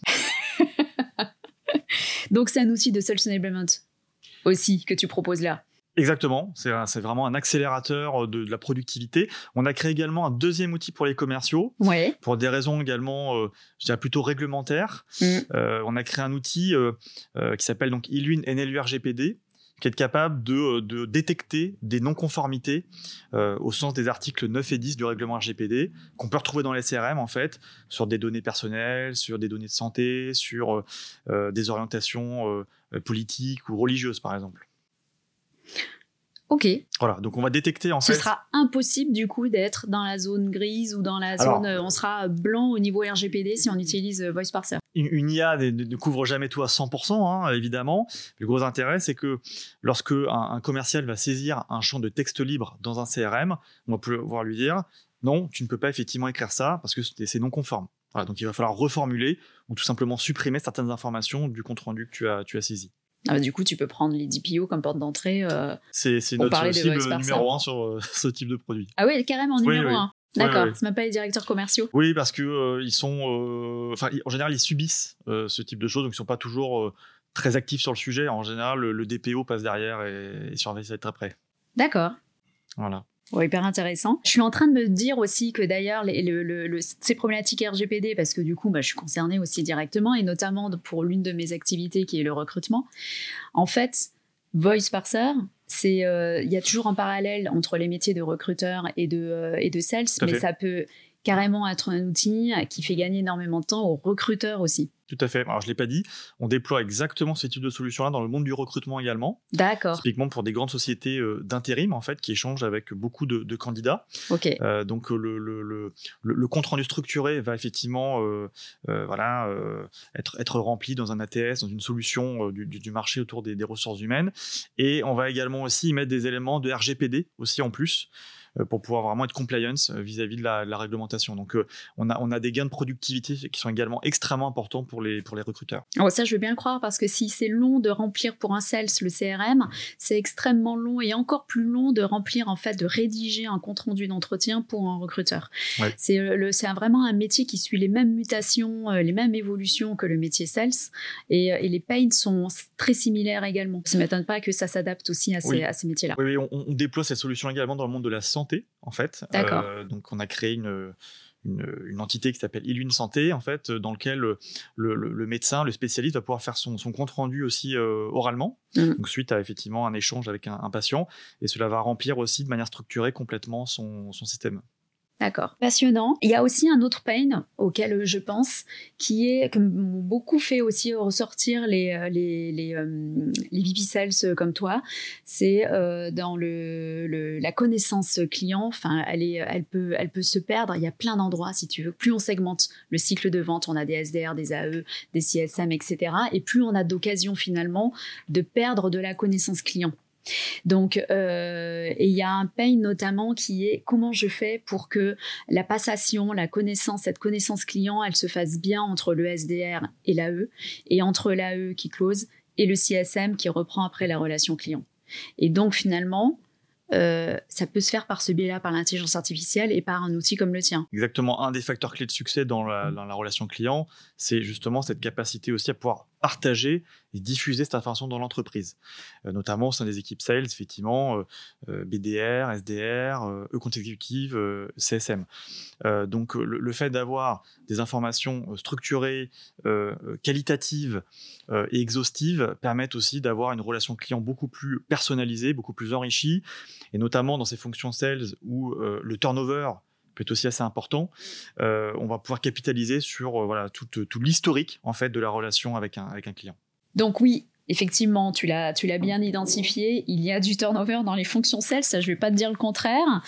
Donc, c'est un outil de sales enablement aussi que tu proposes là. Exactement, c'est, un, c'est vraiment un accélérateur de, de la productivité. On a créé également un deuxième outil pour les commerciaux, ouais. pour des raisons également, euh, je dirais plutôt réglementaires. Mm. Euh, on a créé un outil euh, euh, qui s'appelle donc I L U I N N L U R G P D, qui est capable de, de détecter des non-conformités euh, au sens des articles neuf et dix du règlement R G P D, qu'on peut retrouver dans les C R M en fait, sur des données personnelles, sur des données de santé, sur euh, des orientations euh, politiques ou religieuses par exemple. Ok. Voilà, donc on va détecter en Ce fait... Ce sera impossible du coup d'être dans la zone grise ou dans la Alors, zone... On sera blanc au niveau R G P D si on utilise Voice Parser. Une, une I A ne, ne couvre jamais tout à cent pour cent, hein, évidemment. Le gros intérêt, c'est que lorsque un, un commercial va saisir un champ de texte libre dans un C R M, on va pouvoir lui dire « Non, tu ne peux pas effectivement écrire ça parce que c'est, c'est non conforme ». Voilà, donc il va falloir reformuler ou tout simplement supprimer certaines informations du compte-rendu que tu as, tu as saisi. Ah bah du coup, tu peux prendre les D P O comme porte d'entrée. Euh, c'est c'est notre cible numéro un sur euh, ce type de produit. Ah oui, carrément numéro oui, oui. un. D'accord, oui, oui. C'est même pas les directeurs commerciaux. Oui, parce que euh, ils sont, enfin, euh, en général, ils subissent euh, ce type de choses, donc ils sont pas toujours euh, très actifs sur le sujet. En général, le, le D P O passe derrière et, et surveille ça de très près. D'accord. Voilà. Ouais, hyper intéressant. Je suis en train de me dire aussi que d'ailleurs, les, le, le, le, ces problématiques R G P D, parce que du coup, bah, je suis concernée aussi directement, et notamment pour l'une de mes activités qui est le recrutement. En fait, Voice Parser, c'est il euh, y a toujours un parallèle entre les métiers de recruteur et de, euh, et de sales, mais ça peut carrément être un outil qui fait gagner énormément de temps aux recruteurs aussi. Tout à fait. Alors, je ne l'ai pas dit, on déploie exactement ce type de solution-là dans le monde du recrutement également. D'accord. Typiquement pour des grandes sociétés euh, d'intérim, en fait, qui échangent avec beaucoup de, de candidats. Ok. Euh, donc, le, le, le, le compte-rendu structuré va effectivement euh, euh, voilà, euh, être, être rempli dans un A T S, dans une solution euh, du, du marché autour des, des ressources humaines. Et on va également aussi y mettre des éléments de R G P D aussi en plus, pour pouvoir vraiment être compliance vis-à-vis de la, de la réglementation. Donc, euh, on, a, on a des gains de productivité qui sont également extrêmement importants pour les, pour les recruteurs. Oh, ça, je veux bien le croire, parce que si c'est long de remplir pour un sales le C R M, c'est extrêmement long et encore plus long de remplir, en fait, de rédiger un compte-rendu d'entretien pour un recruteur. Ouais. C'est, le, c'est vraiment un métier qui suit les mêmes mutations, euh, les mêmes évolutions que le métier sales, et, et les pains sont très similaires également. Ça ne m'étonne pas que ça s'adapte aussi à ces, oui. à ces métiers-là. Oui, oui on, on déploie cette solution également dans le monde de la santé. En fait, D'accord. Euh, donc on a créé une, une, une entité qui s'appelle Ilune Santé, en fait, dans lequel le, le, le médecin, le spécialiste va pouvoir faire son, son compte rendu aussi euh, oralement, mmh. donc suite à effectivement un échange avec un, un patient, et cela va remplir aussi de manière structurée complètement son, son système. D'accord. Passionnant. Il y a aussi un autre pain auquel je pense, qui est, que beaucoup fait aussi ressortir les, les, les, euh, les V P Sales comme toi, c'est euh, dans le, le, la connaissance client. Enfin, elle, est, elle, peut, elle peut se perdre. Il y a plein d'endroits, si tu veux. Plus on segmente le cycle de vente, on a des S D R, des A E, des C S M, et cetera. Et plus on a d'occasions finalement de perdre de la connaissance client. Donc, euh, et il y a un pain notamment qui est comment je fais pour que la passation, la connaissance, cette connaissance client, elle se fasse bien entre le S D R et l'A E, et entre l'A E qui close et le C S M qui reprend après la relation client. Et donc, finalement, euh, ça peut se faire par ce biais-là, par l'intelligence artificielle et par un outil comme le tien. Exactement. Un des facteurs clés de succès dans la, dans la relation client, c'est justement cette capacité aussi à pouvoir partager et diffuser cette information dans l'entreprise, euh, notamment au sein des équipes sales, effectivement, euh, euh, B D R, S D R, euh, e-compte exécutive, euh, C S M. Euh, donc, le, le fait d'avoir des informations structurées, euh, qualitatives euh, et exhaustives permettent aussi d'avoir une relation client beaucoup plus personnalisée, beaucoup plus enrichie, et notamment dans ces fonctions sales où euh, le turnover peut être aussi assez important, euh, on va pouvoir capitaliser sur euh, voilà, tout, tout l'historique en fait, de la relation avec un, avec un client. Donc oui, effectivement, tu l'as, tu l'as bien identifié, il y a du turnover dans les fonctions sales, ça je ne vais pas te dire le contraire.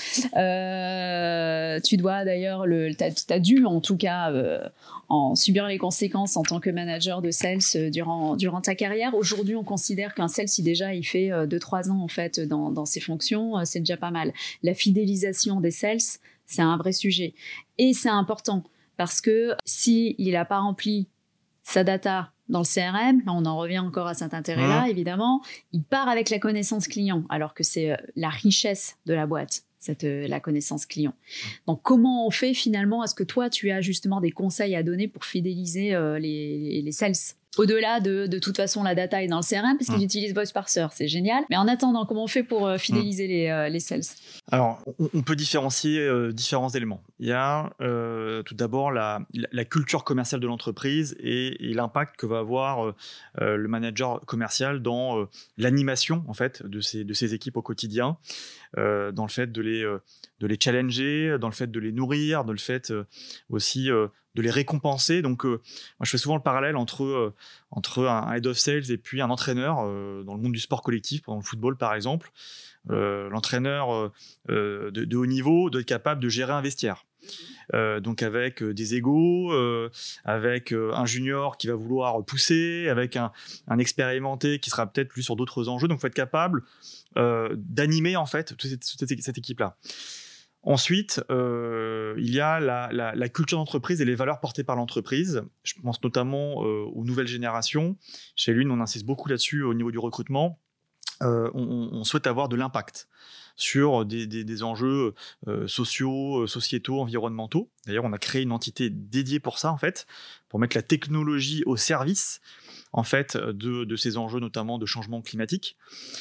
Euh, tu dois d'ailleurs, tu as dû en tout cas euh, en subir les conséquences en tant que manager de sales euh, durant, durant ta carrière. Aujourd'hui, on considère qu'un sales, si déjà il fait deux trois ans en fait, dans, dans ses fonctions, euh, c'est déjà pas mal. La fidélisation des sales, c'est un vrai sujet. Et c'est important parce que s'il n'a pas rempli sa data dans le C R M, là on en revient encore à cet intérêt-là, mmh. évidemment, il part avec la connaissance client, alors que c'est la richesse de la boîte, cette, la connaissance client. Donc comment on fait finalement? Est-ce que toi, tu as justement des conseils à donner pour fidéliser euh, les, les sales? Au-delà de, de toute façon, la data est dans le C R M parce qu'ils mmh. utilisent Voice Parser, c'est génial. Mais en attendant, comment on fait pour euh, fidéliser mmh. les, euh, les sales? Alors, on, on peut différencier euh, différents éléments. Il y a euh, tout d'abord la, la, la culture commerciale de l'entreprise et, et l'impact que va avoir euh, le manager commercial dans euh, l'animation en fait, de, ses, de ses équipes au quotidien, euh, dans le fait de les, euh, de les challenger, dans le fait de les nourrir, dans le fait euh, aussi... Euh, de les récompenser. Donc, euh, moi, je fais souvent le parallèle entre, euh, entre un head of sales et puis un entraîneur euh, dans le monde du sport collectif, dans le football par exemple. Euh, l'entraîneur euh, de, de haut niveau doit être capable de gérer un vestiaire. Euh, donc avec euh, des égos, euh, avec euh, un junior qui va vouloir pousser, avec un, un expérimenté qui sera peut-être plus sur d'autres enjeux. Donc, il faut être capable euh, d'animer en fait toute cette, toute cette équipe-là. Ensuite, euh, il y a la, la, la culture d'entreprise et les valeurs portées par l'entreprise. Je pense notamment euh, aux nouvelles générations. Chez l'Une, on insiste beaucoup là-dessus au niveau du recrutement. Euh, on, on souhaite avoir de l'impact sur des, des, des enjeux euh, sociaux, sociétaux, environnementaux. D'ailleurs, on a créé une entité dédiée pour ça, en fait, pour mettre la technologie au service en fait, de, de ces enjeux, notamment de changement climatique.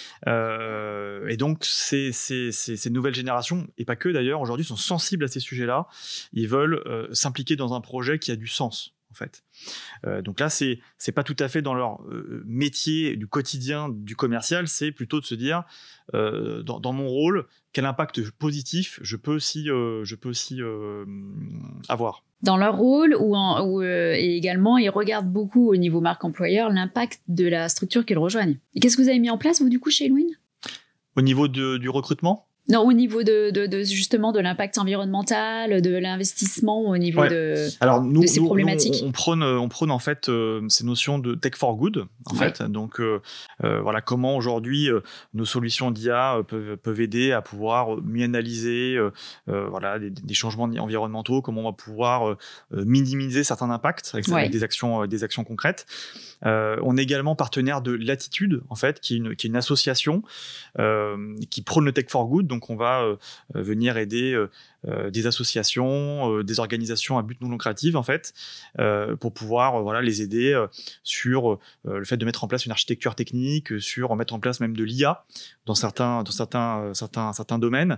Euh, et donc, ces, ces, ces, ces nouvelles générations, et pas que d'ailleurs, aujourd'hui, sont sensibles à ces sujets-là. Ils veulent euh, s'impliquer dans un projet qui a du sens. en fait. Euh, donc là, c'est c'est pas tout à fait dans leur euh, métier du quotidien du commercial, c'est plutôt de se dire euh, dans, dans mon rôle, quel impact positif je peux aussi, euh, je peux aussi euh, avoir. Dans leur rôle, ou, en, ou euh, et également, ils regardent beaucoup au niveau marque employeur l'impact de la structure qu'ils rejoignent. Et qu'est-ce que vous avez mis en place, vous, du coup, chez Elwin ? Au niveau de, du recrutement ? Non, au niveau de, de, de justement de l'impact environnemental, de l'investissement, au niveau ouais. de, Alors, nous, de ces nous, problématiques. Nous, on, prône, on prône en fait euh, ces notions de tech for good. En ouais. fait, donc euh, euh, voilà comment aujourd'hui euh, nos solutions d'I A euh, peuvent, peuvent aider à pouvoir mieux analyser euh, euh, voilà des, des changements environnementaux, comment on va pouvoir euh, minimiser certains impacts avec, ouais. avec des actions, euh, des actions concrètes. Euh, on est également partenaire de Latitude, en fait, qui est une, qui est une association euh, qui prône le tech for good. Donc, on va euh, venir aider euh, des associations, euh, des organisations à but non lucratif, en fait, euh, pour pouvoir euh, voilà, les aider euh, sur euh, le fait de mettre en place une architecture technique, sur mettre en place même de l'I A dans certains, dans certains, euh, certains, certains domaines.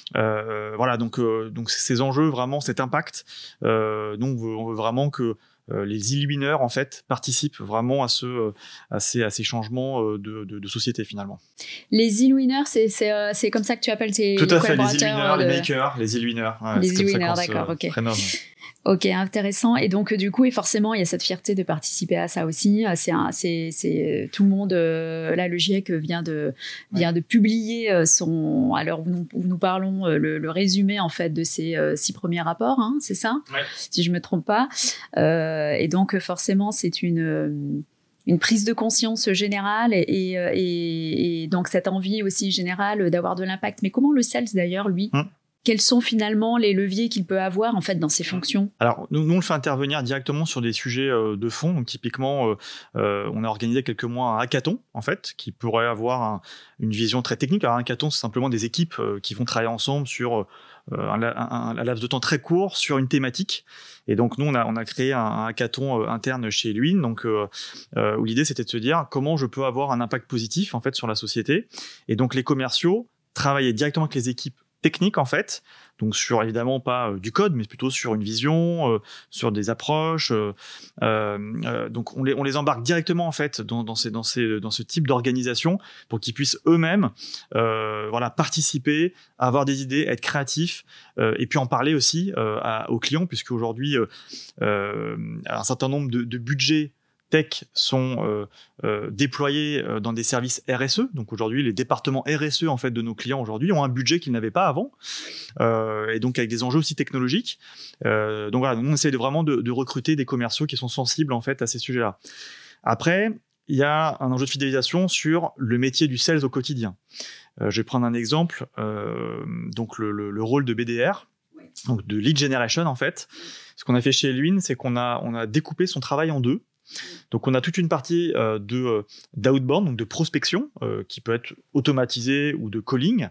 Euh, voilà, donc, euh, donc ces enjeux, vraiment, cet impact. Euh, donc, on veut, on veut vraiment que Euh, les e-learners, en fait, participent vraiment à, ce, euh, à, ces, à ces changements euh, de, de, de société, finalement. Les e-learners, c'est, c'est, euh, c'est comme ça que tu appelles tes Tout à fait, les e-learners, de... les makers, les e-learners. Ouais, les e-learners, d'accord, ok. Prénomme. Ok, intéressant. Et donc, du coup, et forcément, il y a cette fierté de participer à ça aussi. C'est, un, c'est, c'est tout le monde. Euh, là, le GIEC vient de vient ouais. de publier son. À l'heure où nous, où nous parlons, le, le résumé en fait de ces euh, six premiers rapports. Hein, c'est ça, ouais. si je me trompe pas. Euh, et donc, forcément, c'est une une prise de conscience générale et, et, et donc cette envie aussi générale d'avoir de l'impact. Mais comment le sales d'ailleurs, lui? Hum. Quels sont finalement les leviers qu'il peut avoir en fait dans ses fonctions ? Alors, nous, nous, on le fait intervenir directement sur des sujets euh, de fond. Donc, typiquement, euh, euh, on a organisé quelques mois un hackathon, en fait, qui pourrait avoir un, une vision très technique. Alors, un hackathon, c'est simplement des équipes euh, qui vont travailler ensemble sur euh, un, un, un laps de temps très court sur une thématique. Et donc, nous, on a, on a créé un, un hackathon euh, interne chez Elwin, donc, euh, euh, où l'idée, c'était de se dire comment je peux avoir un impact positif, en fait, sur la société. Et donc, les commerciaux travaillaient directement avec les équipes technique en fait, donc sur évidemment pas euh, du code, mais plutôt sur une vision, euh, sur des approches. Euh, euh, donc on les on les embarque directement en fait dans dans ces dans ces dans ce type d'organisation pour qu'ils puissent eux-mêmes euh, voilà participer, avoir des idées, être créatifs euh, et puis en parler aussi euh, à, aux clients puisque aujourd'hui euh, euh, un certain nombre de, de budgets tech sont euh, euh, déployés euh, dans des services R S E. Donc aujourd'hui, les départements R S E en fait de nos clients aujourd'hui ont un budget qu'ils n'avaient pas avant, euh, et donc avec des enjeux aussi technologiques. Euh, donc voilà, on essaie de vraiment de, de recruter des commerciaux qui sont sensibles en fait à ces sujets-là. Après, il y a un enjeu de fidélisation sur le métier du sales au quotidien. Euh, je vais prendre un exemple. Euh, donc le, le, le rôle de B D R. Donc de lead generation en fait. Ce qu'on a fait chez Elwin, c'est qu'on a on a découpé son travail en deux. Donc on a toute une partie euh, de euh, d'outbound, donc de prospection, euh, qui peut être automatisée ou de calling,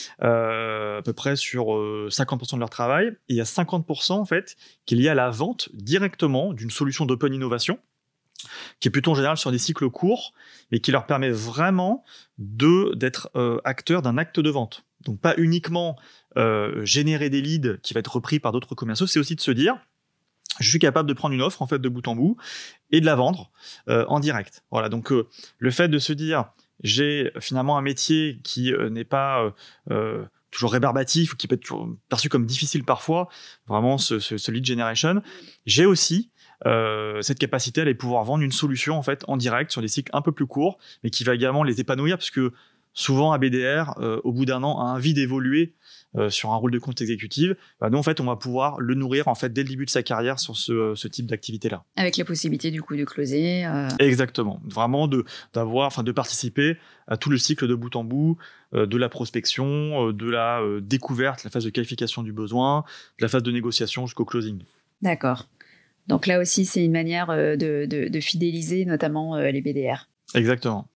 euh, à peu près sur euh, cinquante pour cent de leur travail. Et il y a cinquante pour cent en fait qui est lié à la vente directement d'une solution d'open innovation, qui est plutôt en général sur des cycles courts, mais qui leur permet vraiment de d'être euh, acteurs d'un acte de vente. Donc pas uniquement euh, générer des leads qui va être repris par d'autres commerciaux, c'est aussi de se dire je suis capable de prendre une offre en fait de bout en bout et de la vendre euh, en direct. Voilà, donc euh, le fait de se dire j'ai finalement un métier qui euh, n'est pas euh, euh, toujours rébarbatif ou qui peut être perçu comme difficile parfois, vraiment ce, ce, ce lead generation, j'ai aussi euh, cette capacité à aller pouvoir vendre une solution en fait en direct sur des cycles un peu plus courts, mais qui va également les épanouir puisque souvent, un B D R, euh, au bout d'un an, a envie d'évoluer euh, sur un rôle de compte exécutif. Bah, nous, en fait, on va pouvoir le nourrir en fait dès le début de sa carrière sur ce, ce type d'activité-là. Avec la possibilité du coup de closer. Euh... Exactement. Vraiment de d'avoir, enfin, de participer à tout le cycle de bout en bout, euh, de la prospection, euh, de la euh, découverte, la phase de qualification du besoin, de la phase de négociation jusqu'au closing. D'accord. Donc là aussi, c'est une manière euh, de, de, de fidéliser notamment euh, les B D R. Exactement.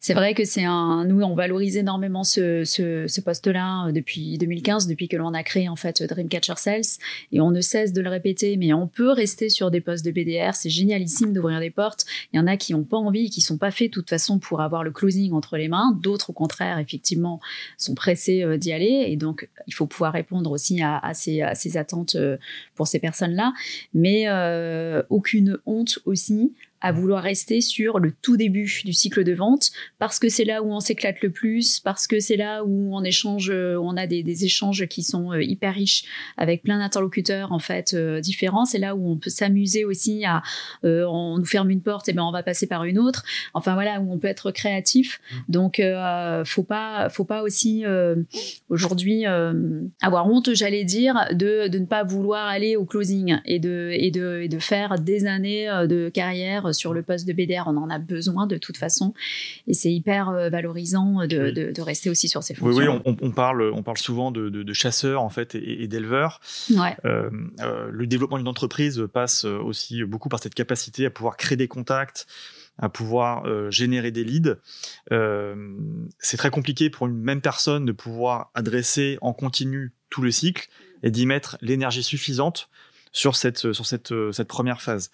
C'est vrai que c'est un. Nous, on valorise énormément ce, ce, ce poste-là depuis deux mille quinze, depuis que l'on a créé en fait Dreamcatcher Sales, et on ne cesse de le répéter. Mais on peut rester sur des postes de B D R. C'est génialissime d'ouvrir des portes. Il y en a qui n'ont pas envie, qui sont pas faits de toute façon pour avoir le closing entre les mains. D'autres, au contraire, effectivement, sont pressés d'y aller. Et donc, il faut pouvoir répondre aussi à, à, ces, à ces attentes pour ces personnes-là. Mais euh, aucune honte aussi à vouloir rester sur le tout début du cycle de vente, parce que c'est là où on s'éclate le plus, parce que c'est là où on échange, où on a des, des échanges qui sont euh, hyper riches avec plein d'interlocuteurs en fait euh, différents. C'est là où on peut s'amuser aussi à, euh, on nous ferme une porte, et ben on va passer par une autre. Enfin voilà, où on peut être créatif. Donc euh, faut pas, faut pas aussi euh, aujourd'hui euh, avoir honte, j'allais dire, de de ne pas vouloir aller au closing et de et de et de faire des années de carrière sur le poste de B D R. On en a besoin de toute façon, et c'est hyper euh, valorisant de, de, de rester aussi sur ces fonctions. Oui, oui, on, on parle, on parle souvent de, de, de chasseurs en fait et, et d'éleveurs. Ouais. Euh, euh, le développement d'une entreprise passe aussi beaucoup par cette capacité à pouvoir créer des contacts, à pouvoir euh, générer des leads. Euh, c'est très compliqué pour une même personne de pouvoir adresser en continu tout le cycle et d'y mettre l'énergie suffisante sur cette, sur cette, cette première phase.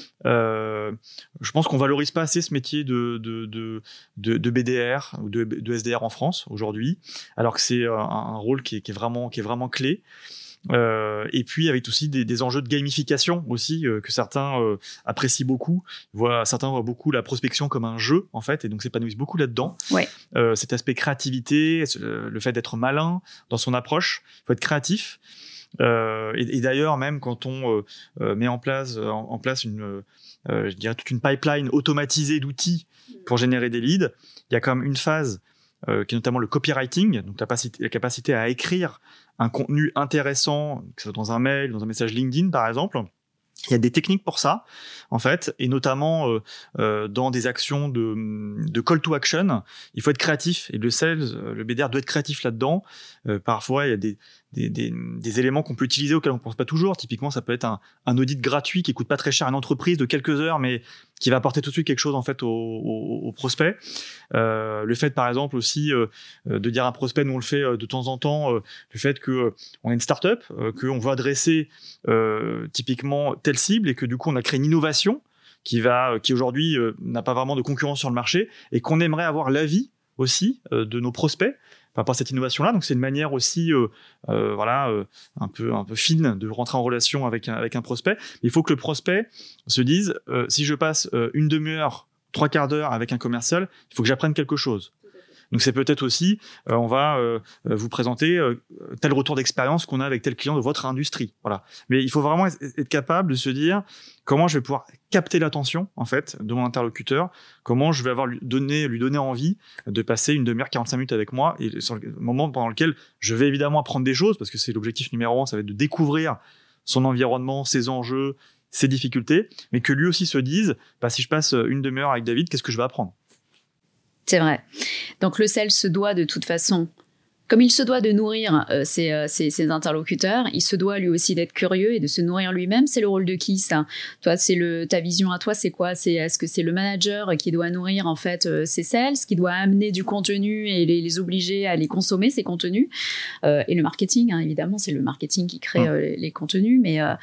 Euh, je pense qu'on valorise pas assez ce métier de, de, de, de, de B D R ou de, de S D R en France aujourd'hui, alors que c'est un, un rôle qui est, qui est vraiment, qui est vraiment clé. Euh, et puis avec aussi des, des enjeux de gamification aussi euh, que certains euh, apprécient beaucoup. Voient, certains voient beaucoup la prospection comme un jeu en fait, et donc s'épanouissent beaucoup là-dedans. Ouais. Euh, cet aspect créativité, le fait d'être malin dans son approche, il faut être créatif. Euh, et, et d'ailleurs, même quand on euh, met en place, en, en place une, euh, je dirais toute une pipeline automatisée d'outils pour générer des leads, il y a quand même une phase euh, qui est notamment le copywriting, donc la capacité, la capacité à écrire un contenu intéressant, que ce soit dans un mail, dans un message LinkedIn par exemple. Il y a des techniques pour ça, en fait, et notamment euh, euh, dans des actions de, de call to action, il faut être créatif, et le sales, le B D R doit être créatif là-dedans. Euh, parfois, il y a des, des, des, des éléments qu'on peut utiliser auxquels on ne pense pas toujours. Typiquement, ça peut être un, un audit gratuit qui coûte pas très cher à une entreprise de quelques heures, mais qui va apporter tout de suite quelque chose en fait au, au, au prospect. Euh, le fait, par exemple, aussi euh, de dire à un prospect, nous on le fait euh, de temps en temps, euh, le fait que euh, on est une start-up, euh, qu'on veut adresser euh, typiquement telle cible, et que du coup on a créé une innovation qui va, qui aujourd'hui euh, n'a pas vraiment de concurrence sur le marché, et qu'on aimerait avoir l'avis aussi euh, de nos prospects par rapport à cette innovation-là. Donc c'est une manière aussi, euh, euh, voilà, euh, un peu un peu fine de rentrer en relation avec un, avec un prospect. Mais il faut que le prospect se dise, euh, si je passe euh, une demi-heure, trois quarts d'heure avec un commercial, il faut que j'apprenne quelque chose. Donc c'est peut-être aussi, euh, on va euh, vous présenter euh, tel retour d'expérience qu'on a avec tel client de votre industrie. Voilà. Mais il faut vraiment être capable de se dire comment je vais pouvoir capter l'attention en fait de mon interlocuteur, comment je vais avoir lui donner, lui donner envie de passer une demi-heure, quarante-cinq minutes avec moi, et sur le moment pendant lequel je vais évidemment apprendre des choses, parce que c'est l'objectif numéro un, ça va être de découvrir son environnement, ses enjeux, ses difficultés, mais que lui aussi se dise, bah, si je passe une demi-heure avec David, qu'est-ce que je vais apprendre ? C'est vrai. Donc le sales se doit de toute façon, comme il se doit de nourrir euh, ses, euh, ses, ses interlocuteurs, il se doit lui aussi d'être curieux et de se nourrir lui-même. C'est le rôle de qui ça ? Toi, c'est le ta vision à toi, c'est quoi ? C'est est-ce que c'est le manager qui doit nourrir en fait euh, ses sales, qui doit amener du contenu et les, les obliger à les consommer ces contenus, euh, et le marketing, hein, évidemment, c'est le marketing qui crée euh, les, les contenus. Mais euh,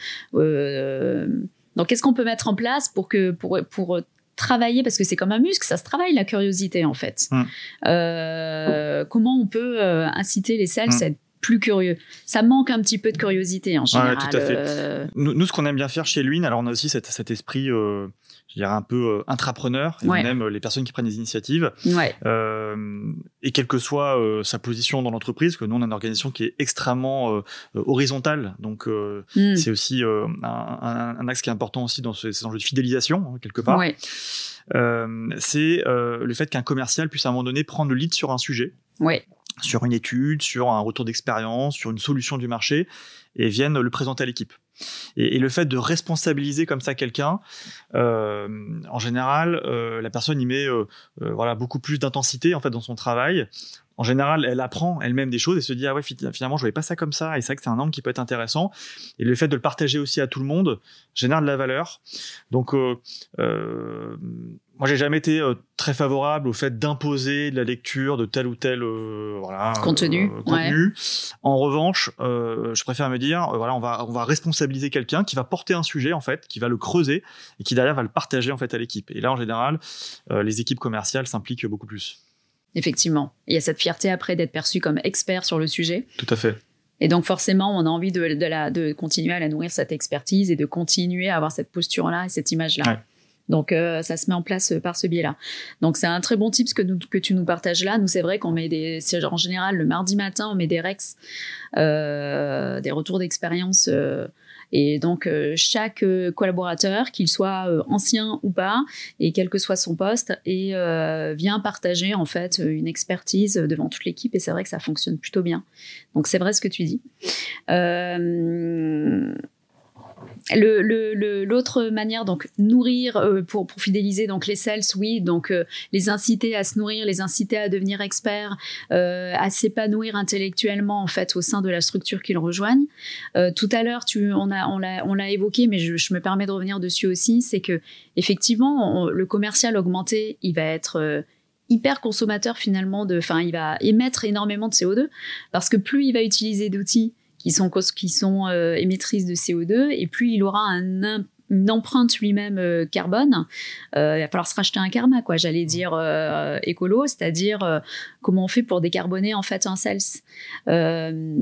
euh, donc, qu'est-ce qu'on peut mettre en place pour que pour pour travailler, parce que c'est comme un muscle, ça se travaille la curiosité en fait. Mmh. Euh, comment on peut euh, inciter les sales mmh. à être plus curieux ? Ça manque un petit peu de curiosité en général. Ouais, tout à fait. Euh... Nous, nous, ce qu'on aime bien faire chez Lewin, alors on a aussi cet, cet esprit, euh, je dirais un peu euh, intrapreneur, et ouais. on aime les personnes qui prennent des initiatives. Ouais. Euh, et quelle que soit euh, sa position dans l'entreprise, que nous on a une organisation qui est extrêmement euh, horizontale, donc euh, mm. c'est aussi euh, un, un, un axe qui est important aussi dans ce, ces enjeux de fidélisation, hein, quelque part. Ouais. Euh, c'est euh, le fait qu'un commercial puisse à un moment donné prendre le lead sur un sujet. Ouais. Sur une étude, sur un retour d'expérience, sur une solution du marché, et viennent le présenter à l'équipe. Et, et le fait de responsabiliser comme ça quelqu'un, euh, en général, euh, la personne y met euh, euh, voilà, beaucoup plus d'intensité en fait, dans son travail, en général, elle apprend elle-même des choses et se dit ah ouais finalement je voyais pas ça comme ça et c'est vrai que c'est un angle qui peut être intéressant. Et le fait de le partager aussi à tout le monde génère de la valeur. Donc euh, euh, moi j'ai jamais été euh, très favorable au fait d'imposer de la lecture de tel ou tel euh, voilà, contenu. Euh, contenu. Ouais. En revanche, euh, je préfère me dire euh, voilà on va on va responsabiliser quelqu'un qui va porter un sujet en fait, qui va le creuser et qui derrière va le partager en fait à l'équipe. Et là en général, euh, les équipes commerciales s'impliquent beaucoup plus. Effectivement. Il y a cette fierté après d'être perçu comme expert sur le sujet. Tout à fait. Et donc forcément, on a envie de, de, la, de continuer à la nourrir cette expertise et de continuer à avoir cette posture-là et cette image-là. Ouais. Donc euh, ça se met en place par ce biais-là. Donc c'est un très bon tip que, nous, que tu nous partages là. Nous, c'est vrai qu'on met des... C'est en général, le mardi matin, on met des rex, euh, des retours d'expérience. Euh, Et donc, euh, chaque euh, collaborateur, qu'il soit euh, ancien ou pas, et quel que soit son poste, et, euh, vient partager en fait une expertise devant toute l'équipe. Et c'est vrai que ça fonctionne plutôt bien. Donc, c'est vrai ce que tu dis. Euh... Le, le, le, l'autre manière, donc nourrir euh, pour, pour fidéliser donc les sales, oui, donc euh, les inciter à se nourrir, les inciter à devenir experts, euh, à s'épanouir intellectuellement en fait au sein de la structure qu'ils rejoignent. Euh, tout à l'heure, tu, on a, on l'a, on l'a évoqué, mais je, je me permets de revenir dessus aussi, c'est que effectivement, on, le commercial augmenté, il va être euh, hyper consommateur finalement de, enfin, il va émettre énormément de C O deux parce que plus il va utiliser d'outils qui sont, qui sont euh, émettrices de C O deux, et plus il aura un, une empreinte lui-même euh, carbone, euh, il va falloir se racheter un karma, quoi, j'allais dire euh, écolo, c'est-à-dire euh, comment on fait pour décarboner en fait un sales. Euh,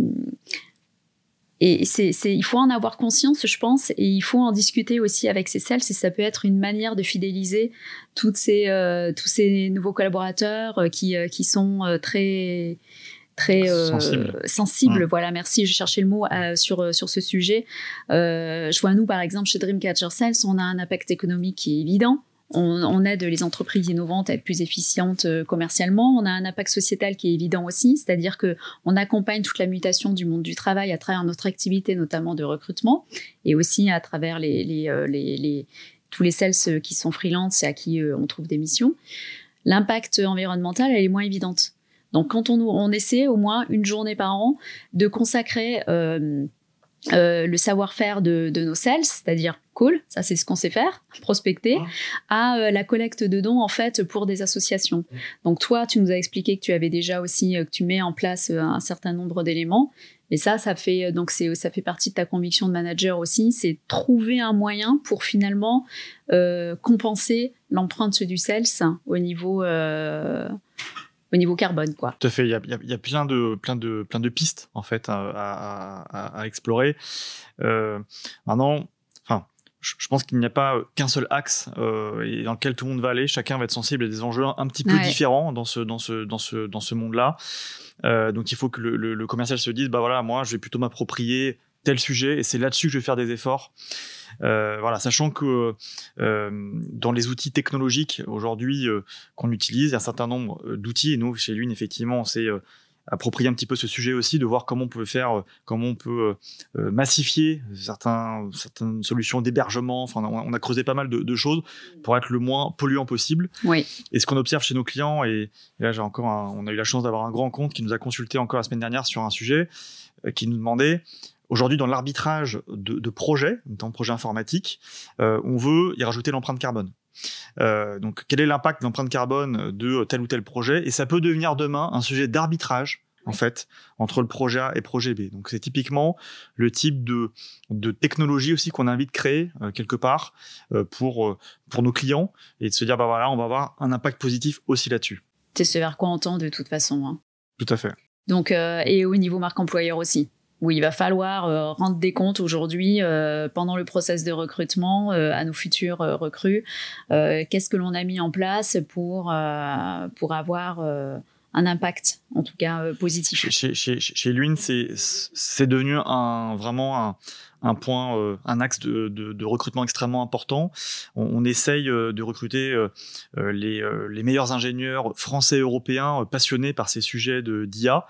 et c'est, c'est, il faut en avoir conscience, je pense, et il faut en discuter aussi avec ces sales, et ça peut être une manière de fidéliser toutes ces, euh, tous ces nouveaux collaborateurs euh, qui, euh, qui sont euh, très... très euh, sensible, sensible. Mmh. Voilà, merci, je cherchais le mot euh, sur, sur ce sujet. Euh, je vois, nous, par exemple, chez Dreamcatcher Sales, on a un impact économique qui est évident. On, on aide les entreprises innovantes à être plus efficientes euh, commercialement. On a un impact sociétal qui est évident aussi, c'est-à-dire qu'on accompagne toute la mutation du monde du travail à travers notre activité, notamment de recrutement, et aussi à travers les, les, euh, les, les, tous les sales qui sont freelance et à qui euh, on trouve des missions. L'impact environnemental, elle est moins évidente. Donc, quand on, on essaie au moins une journée par an de consacrer euh, euh, le savoir-faire de, de nos sales, c'est-à-dire cool, ça c'est ce qu'on sait faire, prospecter, à euh, la collecte de dons en fait pour des associations. Donc, toi, tu nous as expliqué que tu avais déjà aussi, euh, que tu mets en place euh, un certain nombre d'éléments. Et ça, ça fait, donc c'est, ça fait partie de ta conviction de manager aussi, c'est trouver un moyen pour finalement euh, compenser l'empreinte du sales au niveau... Euh, au niveau carbone, quoi. Tout à fait. Il y a, il y a, il y a plein de, plein de, plein de pistes en fait à, à, à, à explorer. Euh, maintenant, enfin, je, je pense qu'il n'y a pas qu'un seul axe euh, et dans lequel tout le monde va aller. Chacun va être sensible à des enjeux un, un petit peu ouais. différents dans ce, dans ce, dans ce, dans ce monde-là. Euh, donc, il faut que le, le, le commercial se dise, bah voilà, moi, je vais plutôt m'approprier tel sujet et c'est là-dessus que je vais faire des efforts. Euh, voilà, sachant que euh, dans les outils technologiques aujourd'hui euh, qu'on utilise, il y a un certain nombre d'outils et nous chez Lune effectivement on s'est euh, approprié un petit peu ce sujet aussi de voir comment on peut faire, euh, comment on peut euh, massifier certains, certaines solutions d'hébergement. Enfin, on a, on a creusé pas mal de, de choses pour être le moins polluant possible. Oui. Et ce qu'on observe chez nos clients, et, et là j'ai encore, un, on a eu la chance d'avoir un grand compte qui nous a consulté encore la semaine dernière sur un sujet euh, qui nous demandait. Aujourd'hui, dans l'arbitrage de, de projets, notamment de projets informatiques, euh, on veut y rajouter l'empreinte carbone. Euh, donc, quel est l'impact de l'empreinte carbone de tel ou tel projet ? Et ça peut devenir demain un sujet d'arbitrage, en fait, entre le projet A et le projet B. Donc, c'est typiquement le type de, de technologie aussi qu'on a envie de créer euh, quelque part euh, pour, euh, pour nos clients et de se dire, bah voilà, on va avoir un impact positif aussi là-dessus. C'est ce vers quoi on tend de toute façon. Hein. Tout à fait. Donc, euh, et au niveau marque employeur aussi. Où il va falloir euh, rendre des comptes aujourd'hui euh, pendant le process de recrutement euh, à nos futurs euh, recrues. Euh, qu'est-ce que l'on a mis en place pour, euh, pour avoir euh, un impact, en tout cas euh, positif. Chez, chez, chez Lune, c'est, c'est devenu un, vraiment un, un point, euh, un axe de, de, de recrutement extrêmement important. On, on essaye euh, de recruter euh, les, euh, les meilleurs ingénieurs français et européens euh, passionnés par ces sujets de, d'I A.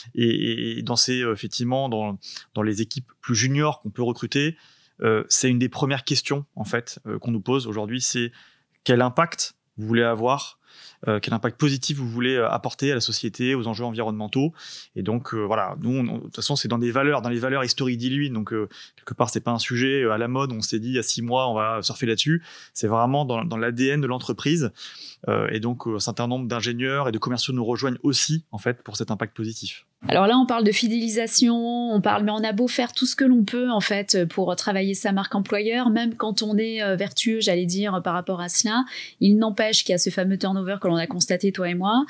Et, et dans ces, euh, effectivement, dans, dans les équipes plus juniors qu'on peut recruter, euh, c'est une des premières questions en fait euh, qu'on nous pose aujourd'hui, c'est quel impact vous voulez avoir euh, quel impact positif vous voulez apporter à la société, aux enjeux environnementaux. Et donc, euh, voilà, nous, on, de toute façon, c'est dans des valeurs, dans les valeurs historiques d'Iluin. Donc, euh, quelque part, c'est pas un sujet à la mode. On s'est dit, il y a six mois, on va surfer là-dessus. C'est vraiment dans, dans l'A D N de l'entreprise. Euh, et donc, un certain nombre d'ingénieurs et de commerciaux nous rejoignent aussi, en fait, pour cet impact positif. Alors là, on parle de fidélisation, on parle, mais on a beau faire tout ce que l'on peut, en fait, pour travailler sa marque employeur, même quand on est euh, vertueux, j'allais dire, par rapport à cela, il n'empêche qu'il y a ce fameux turnover que l'on a constaté, toi et moi.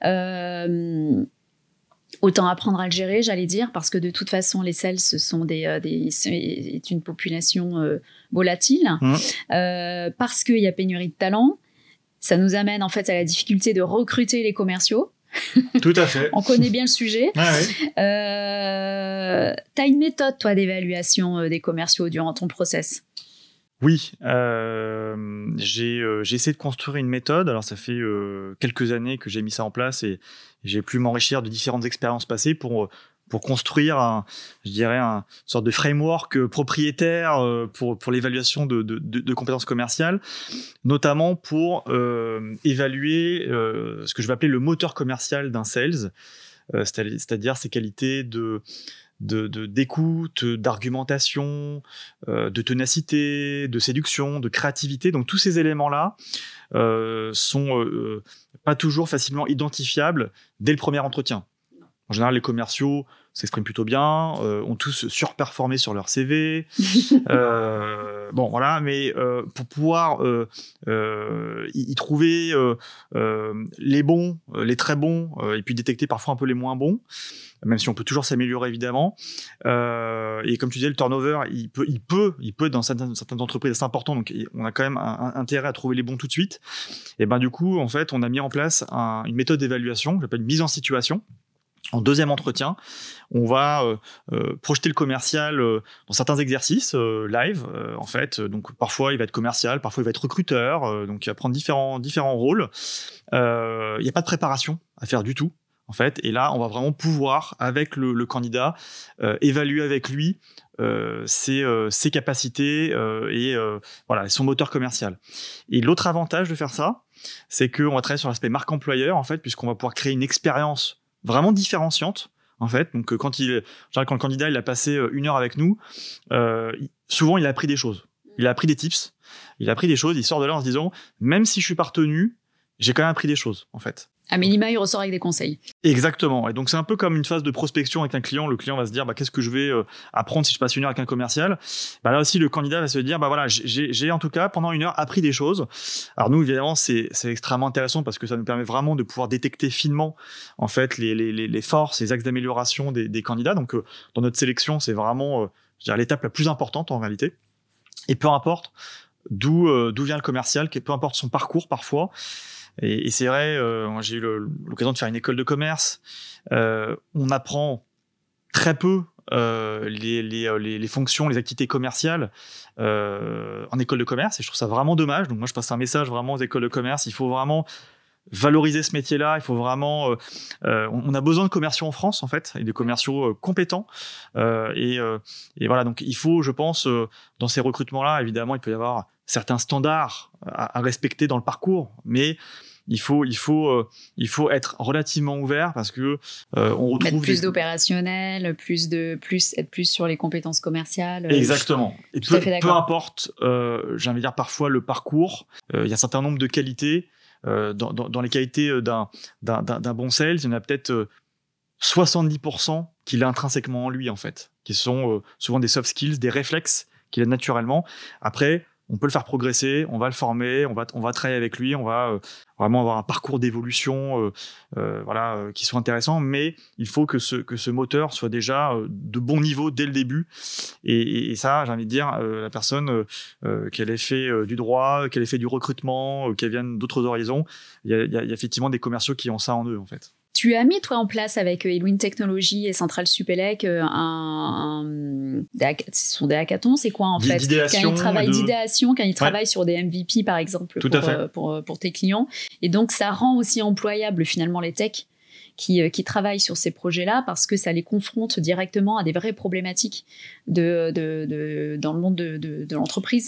Euh, Autant apprendre à le gérer, j'allais dire, parce que de toute façon, les sales, ce sont des, euh, des, c'est une population euh, volatile, mmh. euh, parce qu'il y a pénurie de talent. Ça nous amène en fait à la difficulté de recruter les commerciaux. Tout à fait. On connaît bien le sujet. Ah oui. euh, tu as une méthode, toi, d'évaluation euh, des commerciaux durant ton process? Oui, euh, j'ai, euh, j'ai essayé de construire une méthode. Alors, ça fait euh, quelques années que j'ai mis ça en place et, et j'ai pu m'enrichir de différentes expériences passées pour, pour construire, un, je dirais, un, une sorte de framework propriétaire euh, pour, pour l'évaluation de, de, de, de compétences commerciales, notamment pour euh, évaluer euh, ce que je vais appeler le moteur commercial d'un sales, euh, c'est-à-dire, c'est-à-dire ses qualités de... De, de, d'écoute, d'argumentation, euh, de ténacité, de séduction, de créativité. Donc tous ces éléments-là euh, sont euh, pas toujours facilement identifiables dès le premier entretien. En général, les commerciaux s'expriment plutôt bien, euh, ont tous surperformé sur leur C V. euh, bon, voilà, mais euh, pour pouvoir euh, euh, y, y trouver euh, euh, les bons, les très bons, euh, et puis détecter parfois un peu les moins bons, même si on peut toujours s'améliorer évidemment. Euh, et comme tu disais, le turnover, il peut, il peut, il peut dans certaines, certaines entreprises, c'est important. Donc, on a quand même un, un intérêt à trouver les bons tout de suite. Et ben du coup, en fait, on a mis en place un, une méthode d'évaluation, que j'appelle une mise en situation. En deuxième entretien, on va euh, euh, projeter le commercial euh, dans certains exercices euh, live, euh, en fait. Donc parfois il va être commercial, parfois il va être recruteur, euh, donc il va prendre différents différents rôles. Euh, il n'y a pas de préparation à faire du tout, en fait. Et là, on va vraiment pouvoir, avec le, le candidat, euh, évaluer avec lui euh, ses, euh, ses capacités euh, et euh, voilà, son moteur commercial. Et l'autre avantage de faire ça, c'est qu'on va travailler sur l'aspect marque employeur, en fait, puisqu'on va pouvoir créer une expérience vraiment différenciante, en fait. Donc, quand, il, genre, quand le candidat il a passé une heure avec nous, euh, souvent, il a appris des choses. Il a appris des tips, il a appris des choses, il sort de là en se disant, même si je suis pas retenu, j'ai quand même appris des choses, en fait. À minima, il ressort avec des conseils. Exactement. Et donc, c'est un peu comme une phase de prospection avec un client. Le client va se dire, bah, qu'est-ce que je vais euh, apprendre si je passe une heure avec un commercial? Bah, là aussi, le candidat va se dire, bah, voilà, j'ai, j'ai en tout cas, pendant une heure, appris des choses. Alors, nous, évidemment, c'est, c'est extrêmement intéressant parce que ça nous permet vraiment de pouvoir détecter finement, en fait, les, les, les forces, les axes d'amélioration des, des candidats. Donc, euh, dans notre sélection, c'est vraiment, euh, je dirais, l'étape la plus importante en réalité. Et peu importe d'où, euh, d'où vient le commercial, peu importe son parcours parfois. Et, et c'est vrai, euh, moi j'ai eu le, l'occasion de faire une école de commerce. Euh, on apprend très peu euh, les, les, les, les fonctions, les activités commerciales euh, en école de commerce. Et je trouve ça vraiment dommage. Donc moi, je passe un message vraiment aux écoles de commerce. Il faut vraiment valoriser ce métier-là. Il faut vraiment... Euh, euh, on a besoin de commerciaux en France, en fait, et de commerciaux euh, compétents. Euh, et, euh, et voilà, donc il faut, je pense, euh, dans ces recrutements-là, évidemment, il peut y avoir certains standards à, à respecter dans le parcours, mais il faut, il faut, euh, il faut être relativement ouvert parce que euh, on retrouve mettre plus des... d'opérationnel, plus de, plus être plus sur les compétences commerciales. Exactement. Et peu, peu importe, euh, j'ai envie de dire parfois le parcours. Euh, il y a un certain nombre de qualités. Euh, dans, dans, dans les qualités d'un, d'un, d'un, d'un bon sales, il y en a peut-être euh, soixante-dix pour cent qu'il a intrinsèquement en lui, en fait, qui sont euh, souvent des soft skills, des réflexes qu'il a naturellement. Après, on peut le faire progresser, on va le former, on va, on va travailler avec lui, on va euh, vraiment avoir un parcours d'évolution euh, euh, voilà, euh, qui soit intéressant, mais il faut que ce, que ce moteur soit déjà euh, de bon niveau dès le début. Et, et, et ça, j'ai envie de dire, euh, la personne, euh, qu'elle ait fait euh, du droit, qu'elle ait fait du recrutement, euh, qu'elle vienne d'autres horizons, il y a, y a, y a effectivement des commerciaux qui ont ça en eux, en fait. Tu as mis, toi, en place avec Iluin Technologies et Centrale Supélec un, un, un, ce sont des hackathons, c'est quoi en fait? D'idéation. Quand ils travaillent de... d'idéation, quand ils travaillent ouais. sur des M V P, par exemple, Tout pour, à fait. euh, pour, pour tes clients. Et donc, ça rend aussi employable, finalement, les techs qui, qui travaillent sur ces projets-là parce que ça les confronte directement à des vraies problématiques de, de, de, dans le monde de, de, de l'entreprise.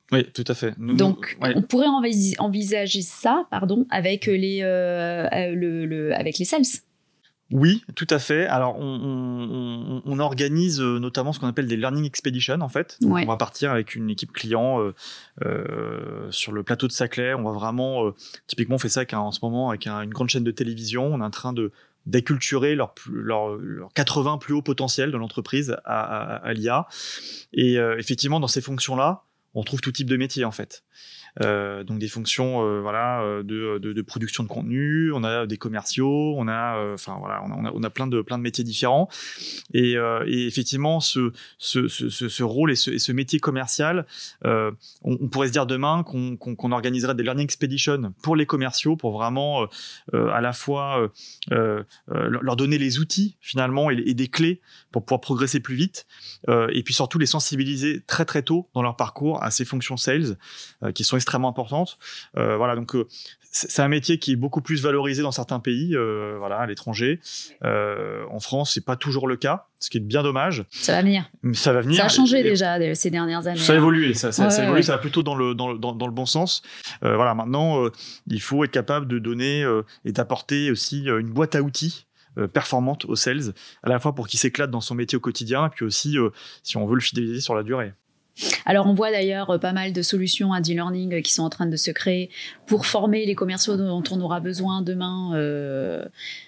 Oui, tout à fait. Nous, Donc, nous, ouais. on pourrait envis- envisager ça, pardon, avec les, euh, le, le, avec les sales. Oui, tout à fait. Alors, on, on, on organise notamment ce qu'on appelle des learning expeditions, en fait. Ouais. On va partir avec une équipe client euh, euh, sur le plateau de Saclay. On va vraiment, euh, typiquement, on fait ça avec un, en ce moment avec un, une grande chaîne de télévision. On est en train de d'acculturer leur, leur, leur quatre-vingts plus haut potentiel de l'entreprise à, à, à l'I A. Et euh, effectivement, dans ces fonctions-là, on trouve tout type de métier, en fait. Euh, donc des fonctions euh, voilà de, de, de production de contenu, on a des commerciaux, on a enfin euh, voilà on a, on a plein de plein de métiers différents et, euh, et effectivement ce ce, ce ce rôle et ce, et ce métier commercial euh, on, on pourrait se dire demain qu'on, qu'on, qu'on organiserait des learning expeditions pour les commerciaux pour vraiment euh, à la fois euh, euh, leur donner les outils finalement et, et des clés pour pouvoir progresser plus vite euh, et puis surtout les sensibiliser très très tôt dans leur parcours à ces fonctions sales euh, qui sont extrêmement importante. Euh, voilà, donc euh, c'est un métier qui est beaucoup plus valorisé dans certains pays, euh, voilà, à l'étranger. Euh, en France, c'est pas toujours le cas, ce qui est bien dommage. Ça va venir. Ça va venir. Ça a changé et, déjà ces dernières années. Ça a évolué, ça, ça, ouais, ça a évolué, ouais. Ça va plutôt dans le dans le dans, dans le bon sens. Euh, voilà, maintenant, euh, il faut être capable de donner euh, et d'apporter aussi euh, une boîte à outils euh, performante aux sales, à la fois pour qu'il s'éclate dans son métier au quotidien, et puis aussi euh, si on veut le fidéliser sur la durée. Alors, on voit d'ailleurs pas mal de solutions à e-learning qui sont en train de se créer pour former les commerciaux dont on aura besoin demain, euh,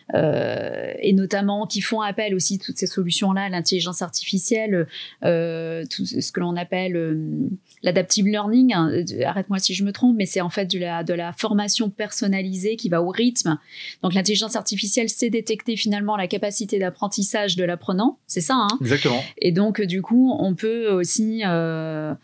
euh, et notamment qui font appel aussi, toutes ces solutions-là, à l'intelligence artificielle, euh, tout ce que l'on appelle euh, l'adaptive learning. Arrête-moi si je me trompe, mais c'est en fait de la, de la formation personnalisée qui va au rythme. Donc, l'intelligence artificielle sait détecter finalement la capacité d'apprentissage de l'apprenant, c'est ça, hein ? Exactement. Et donc, du coup, on peut aussi... Euh,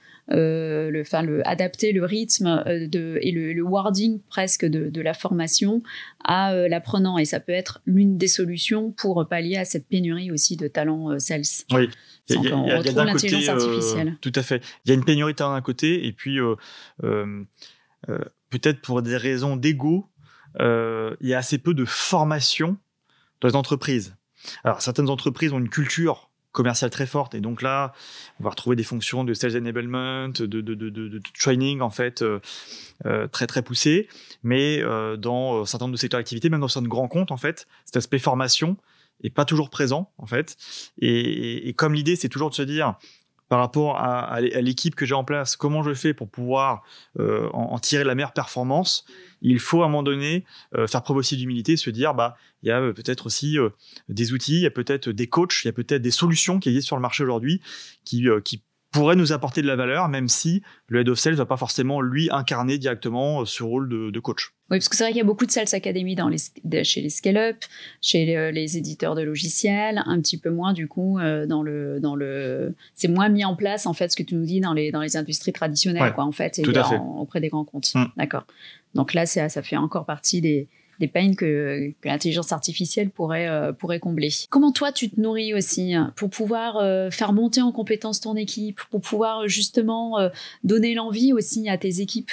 Euh, le, enfin, le, adapter le rythme de, et le, le wording presque de, de la formation à euh, l'apprenant. Et ça peut être l'une des solutions pour pallier à cette pénurie aussi de talents euh, sales. Oui, il y a, Donc, y a, on y a, retrouve y a l'intelligence côté, artificielle. Euh, tout à fait. Il y a une pénurie de talents d'un côté, et puis euh, euh, euh, peut-être pour des raisons d'ego, euh, il y a assez peu de formation dans les entreprises. Alors, certaines entreprises ont une culture commerciale très forte, et donc là on va retrouver des fonctions de sales enablement, de, de, de, de, de training en fait euh, euh, très très poussées, mais euh, dans un certain nombre de secteurs d'activité, même dans certains grands comptes en fait, cet aspect formation est pas toujours présent en fait, et, et, et comme l'idée c'est toujours de se dire par rapport à, à l'équipe que j'ai en place, comment je fais pour pouvoir euh, en, en tirer la meilleure performance, il faut à un moment donné euh, faire preuve aussi d'humilité, se dire bah il y a peut-être aussi euh, des outils, il y a peut-être des coachs, il y a peut-être des solutions qui existent sur le marché aujourd'hui qui, euh, qui pourraient nous apporter de la valeur, même si le head of sales ne va pas forcément lui incarner directement ce rôle de, de coach. Oui, parce que c'est vrai qu'il y a beaucoup de sales academy dans les, chez les scale-up, chez les, les éditeurs de logiciels, un petit peu moins du coup euh, dans le dans le. C'est moins mis en place en fait ce que tu nous dis dans les dans les industries traditionnelles ouais, quoi en fait, et tout à fait. En, auprès des grands comptes. Mmh. D'accord. Donc là, c'est, ça fait encore partie des des pains que, que l'intelligence artificielle pourrait, euh, pourrait combler. Comment toi, tu te nourris aussi pour pouvoir euh, faire monter en compétence ton équipe, pour pouvoir justement euh, donner l'envie aussi à tes équipes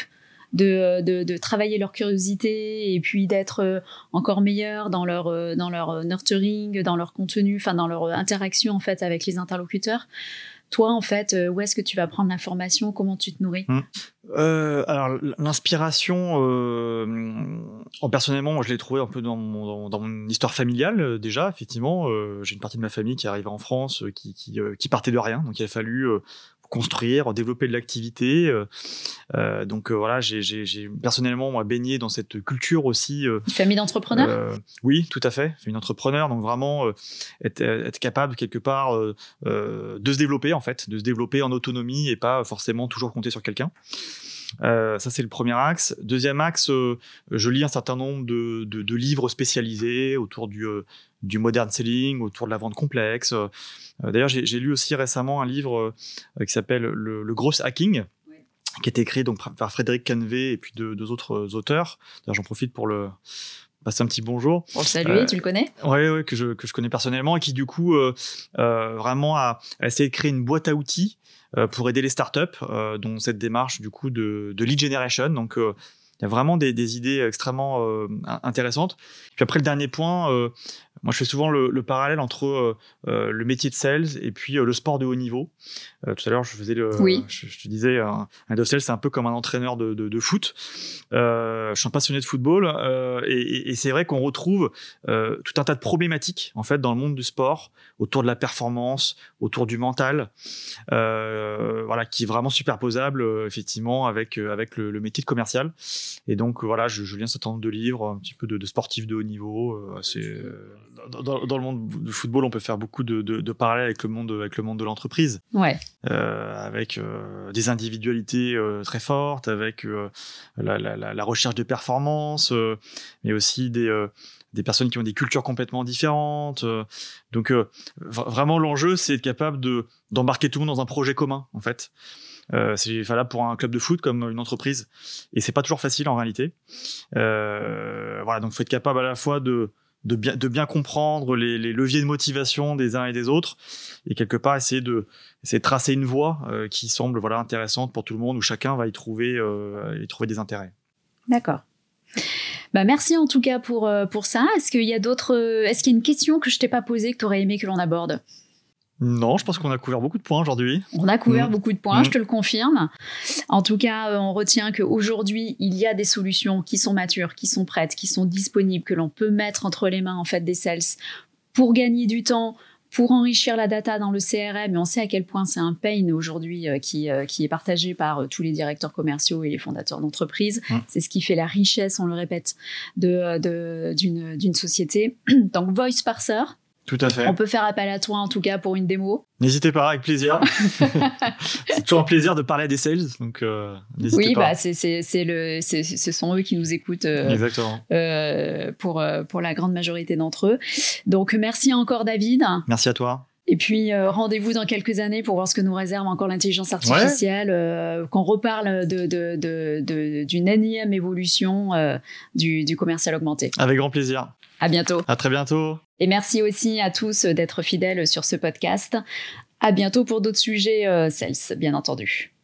de, de, de travailler leur curiosité et puis d'être euh, encore meilleurs dans leur, euh, dans leur nurturing, dans leur contenu, enfin dans leur interaction en fait avec les interlocuteurs. Toi, en fait, où est-ce que tu vas prendre l'information? Comment tu te nourris? Mmh. Euh, alors, l'inspiration, euh, en personnellement, moi, je l'ai trouvée un peu dans mon, dans, dans mon histoire familiale, euh, déjà, effectivement. Euh, j'ai une partie de ma famille qui est arrivée en France, euh, qui, qui, euh, qui partait de rien. Donc, il a fallu euh, construire, développer de l'activité. Euh, euh, donc, euh, voilà, j'ai, j'ai, j'ai personnellement, moi, baigné dans cette culture aussi. Euh, une famille d'entrepreneurs? euh, Oui, tout à fait. Une entrepreneur. Donc, vraiment, euh, être, être capable, quelque part, euh, euh, de se développer, en fait, de se développer en autonomie et pas forcément toujours compter sur quelqu'un. Euh, ça, c'est le premier axe. Deuxième axe, euh, je lis un certain nombre de, de, de livres spécialisés autour du, euh, du modern selling, autour de la vente complexe. Euh, d'ailleurs, j'ai, j'ai lu aussi récemment un livre euh, qui s'appelle le, le Growth Hacking, ouais, qui est écrit donc, par Frédéric Canvet et puis deux, deux autres auteurs. D'ailleurs, j'en profite pour le passer un petit bonjour. Pour le saluer, euh, tu le connais? Oui, ouais, que, je, que je connais personnellement et qui, du coup, euh, euh, vraiment a, a essayé de créer une boîte à outils pour aider les startups euh, dans cette démarche du coup de, de lead generation. Donc, euh, il y a vraiment des, des idées extrêmement euh, intéressantes. Puis après, le dernier point, euh, moi, je fais souvent le, le parallèle entre euh, le métier de sales et puis euh, le sport de haut niveau. Euh, tout à l'heure, je faisais le, oui. je, je te disais, un, un head of sales, c'est un peu comme un entraîneur de, de, de foot. Euh, je suis un passionné de football euh, et, et, et c'est vrai qu'on retrouve euh, tout un tas de problématiques en fait dans le monde du sport, autour de la performance, autour du mental, euh, voilà, qui est vraiment superposable euh, effectivement avec euh, avec le, le métier de commercial. Et donc voilà, je, je lis un certain nombre de livres, un petit peu de, de sportifs de haut niveau. Euh, c'est euh, Dans, dans le monde du football, on peut faire beaucoup de, de, de parallèles avec le monde, avec le monde de l'entreprise, ouais. euh, avec euh, des individualités euh, très fortes, avec euh, la, la, la recherche de performance, euh, mais aussi des, euh, des personnes qui ont des cultures complètement différentes. Euh, donc, euh, v- vraiment, l'enjeu, c'est être capable de, d'embarquer tout le monde dans un projet commun, en fait. Euh, c'est valable pour un club de foot comme une entreprise, et c'est pas toujours facile en réalité. Euh, voilà, donc, faut être capable à la fois de De bien, de bien comprendre les, les leviers de motivation des uns et des autres, et quelque part essayer de, essayer de tracer une voie euh, qui semble voilà, intéressante pour tout le monde, où chacun va y trouver, euh, y trouver des intérêts. D'accord. Bah merci en tout cas pour, pour ça. Est-ce qu'il y a d'autres, est-ce qu'il y a une question que je t'ai pas posée que tu aurais aimé que l'on aborde ? Non, je pense qu'on a couvert beaucoup de points aujourd'hui. On a couvert mmh. beaucoup de points, mmh. je te le confirme. En tout cas, on retient qu'aujourd'hui, il y a des solutions qui sont matures, qui sont prêtes, qui sont disponibles, que l'on peut mettre entre les mains en fait, des sales pour gagner du temps, pour enrichir la data dans le C R M. Et on sait à quel point c'est un pain aujourd'hui euh, qui, euh, qui est partagé par euh, tous les directeurs commerciaux et les fondateurs d'entreprises. Mmh. C'est ce qui fait la richesse, on le répète, de, de, d'une, d'une société. Donc, Voice Parser. Tout à fait. On peut faire appel à toi, en tout cas, pour une démo. N'hésitez pas, avec plaisir. C'est toujours un plaisir de parler à des sales, donc euh, n'hésitez oui, pas. Oui, bah, c'est, c'est, c'est le, c'est, ce sont eux qui nous écoutent euh, Exactement. Euh, pour, euh, pour la grande majorité d'entre eux. Donc, merci encore, David. Merci à toi. Et puis, euh, rendez-vous dans quelques années pour voir ce que nous réserve encore l'intelligence artificielle, ouais. euh, qu'on reparle de, de, de, de, d'une énième évolution euh, du, du commercial augmenté. Avec grand plaisir. À bientôt. À très bientôt. Et merci aussi à tous d'être fidèles sur ce podcast. À bientôt pour d'autres sujets euh, sales, bien entendu.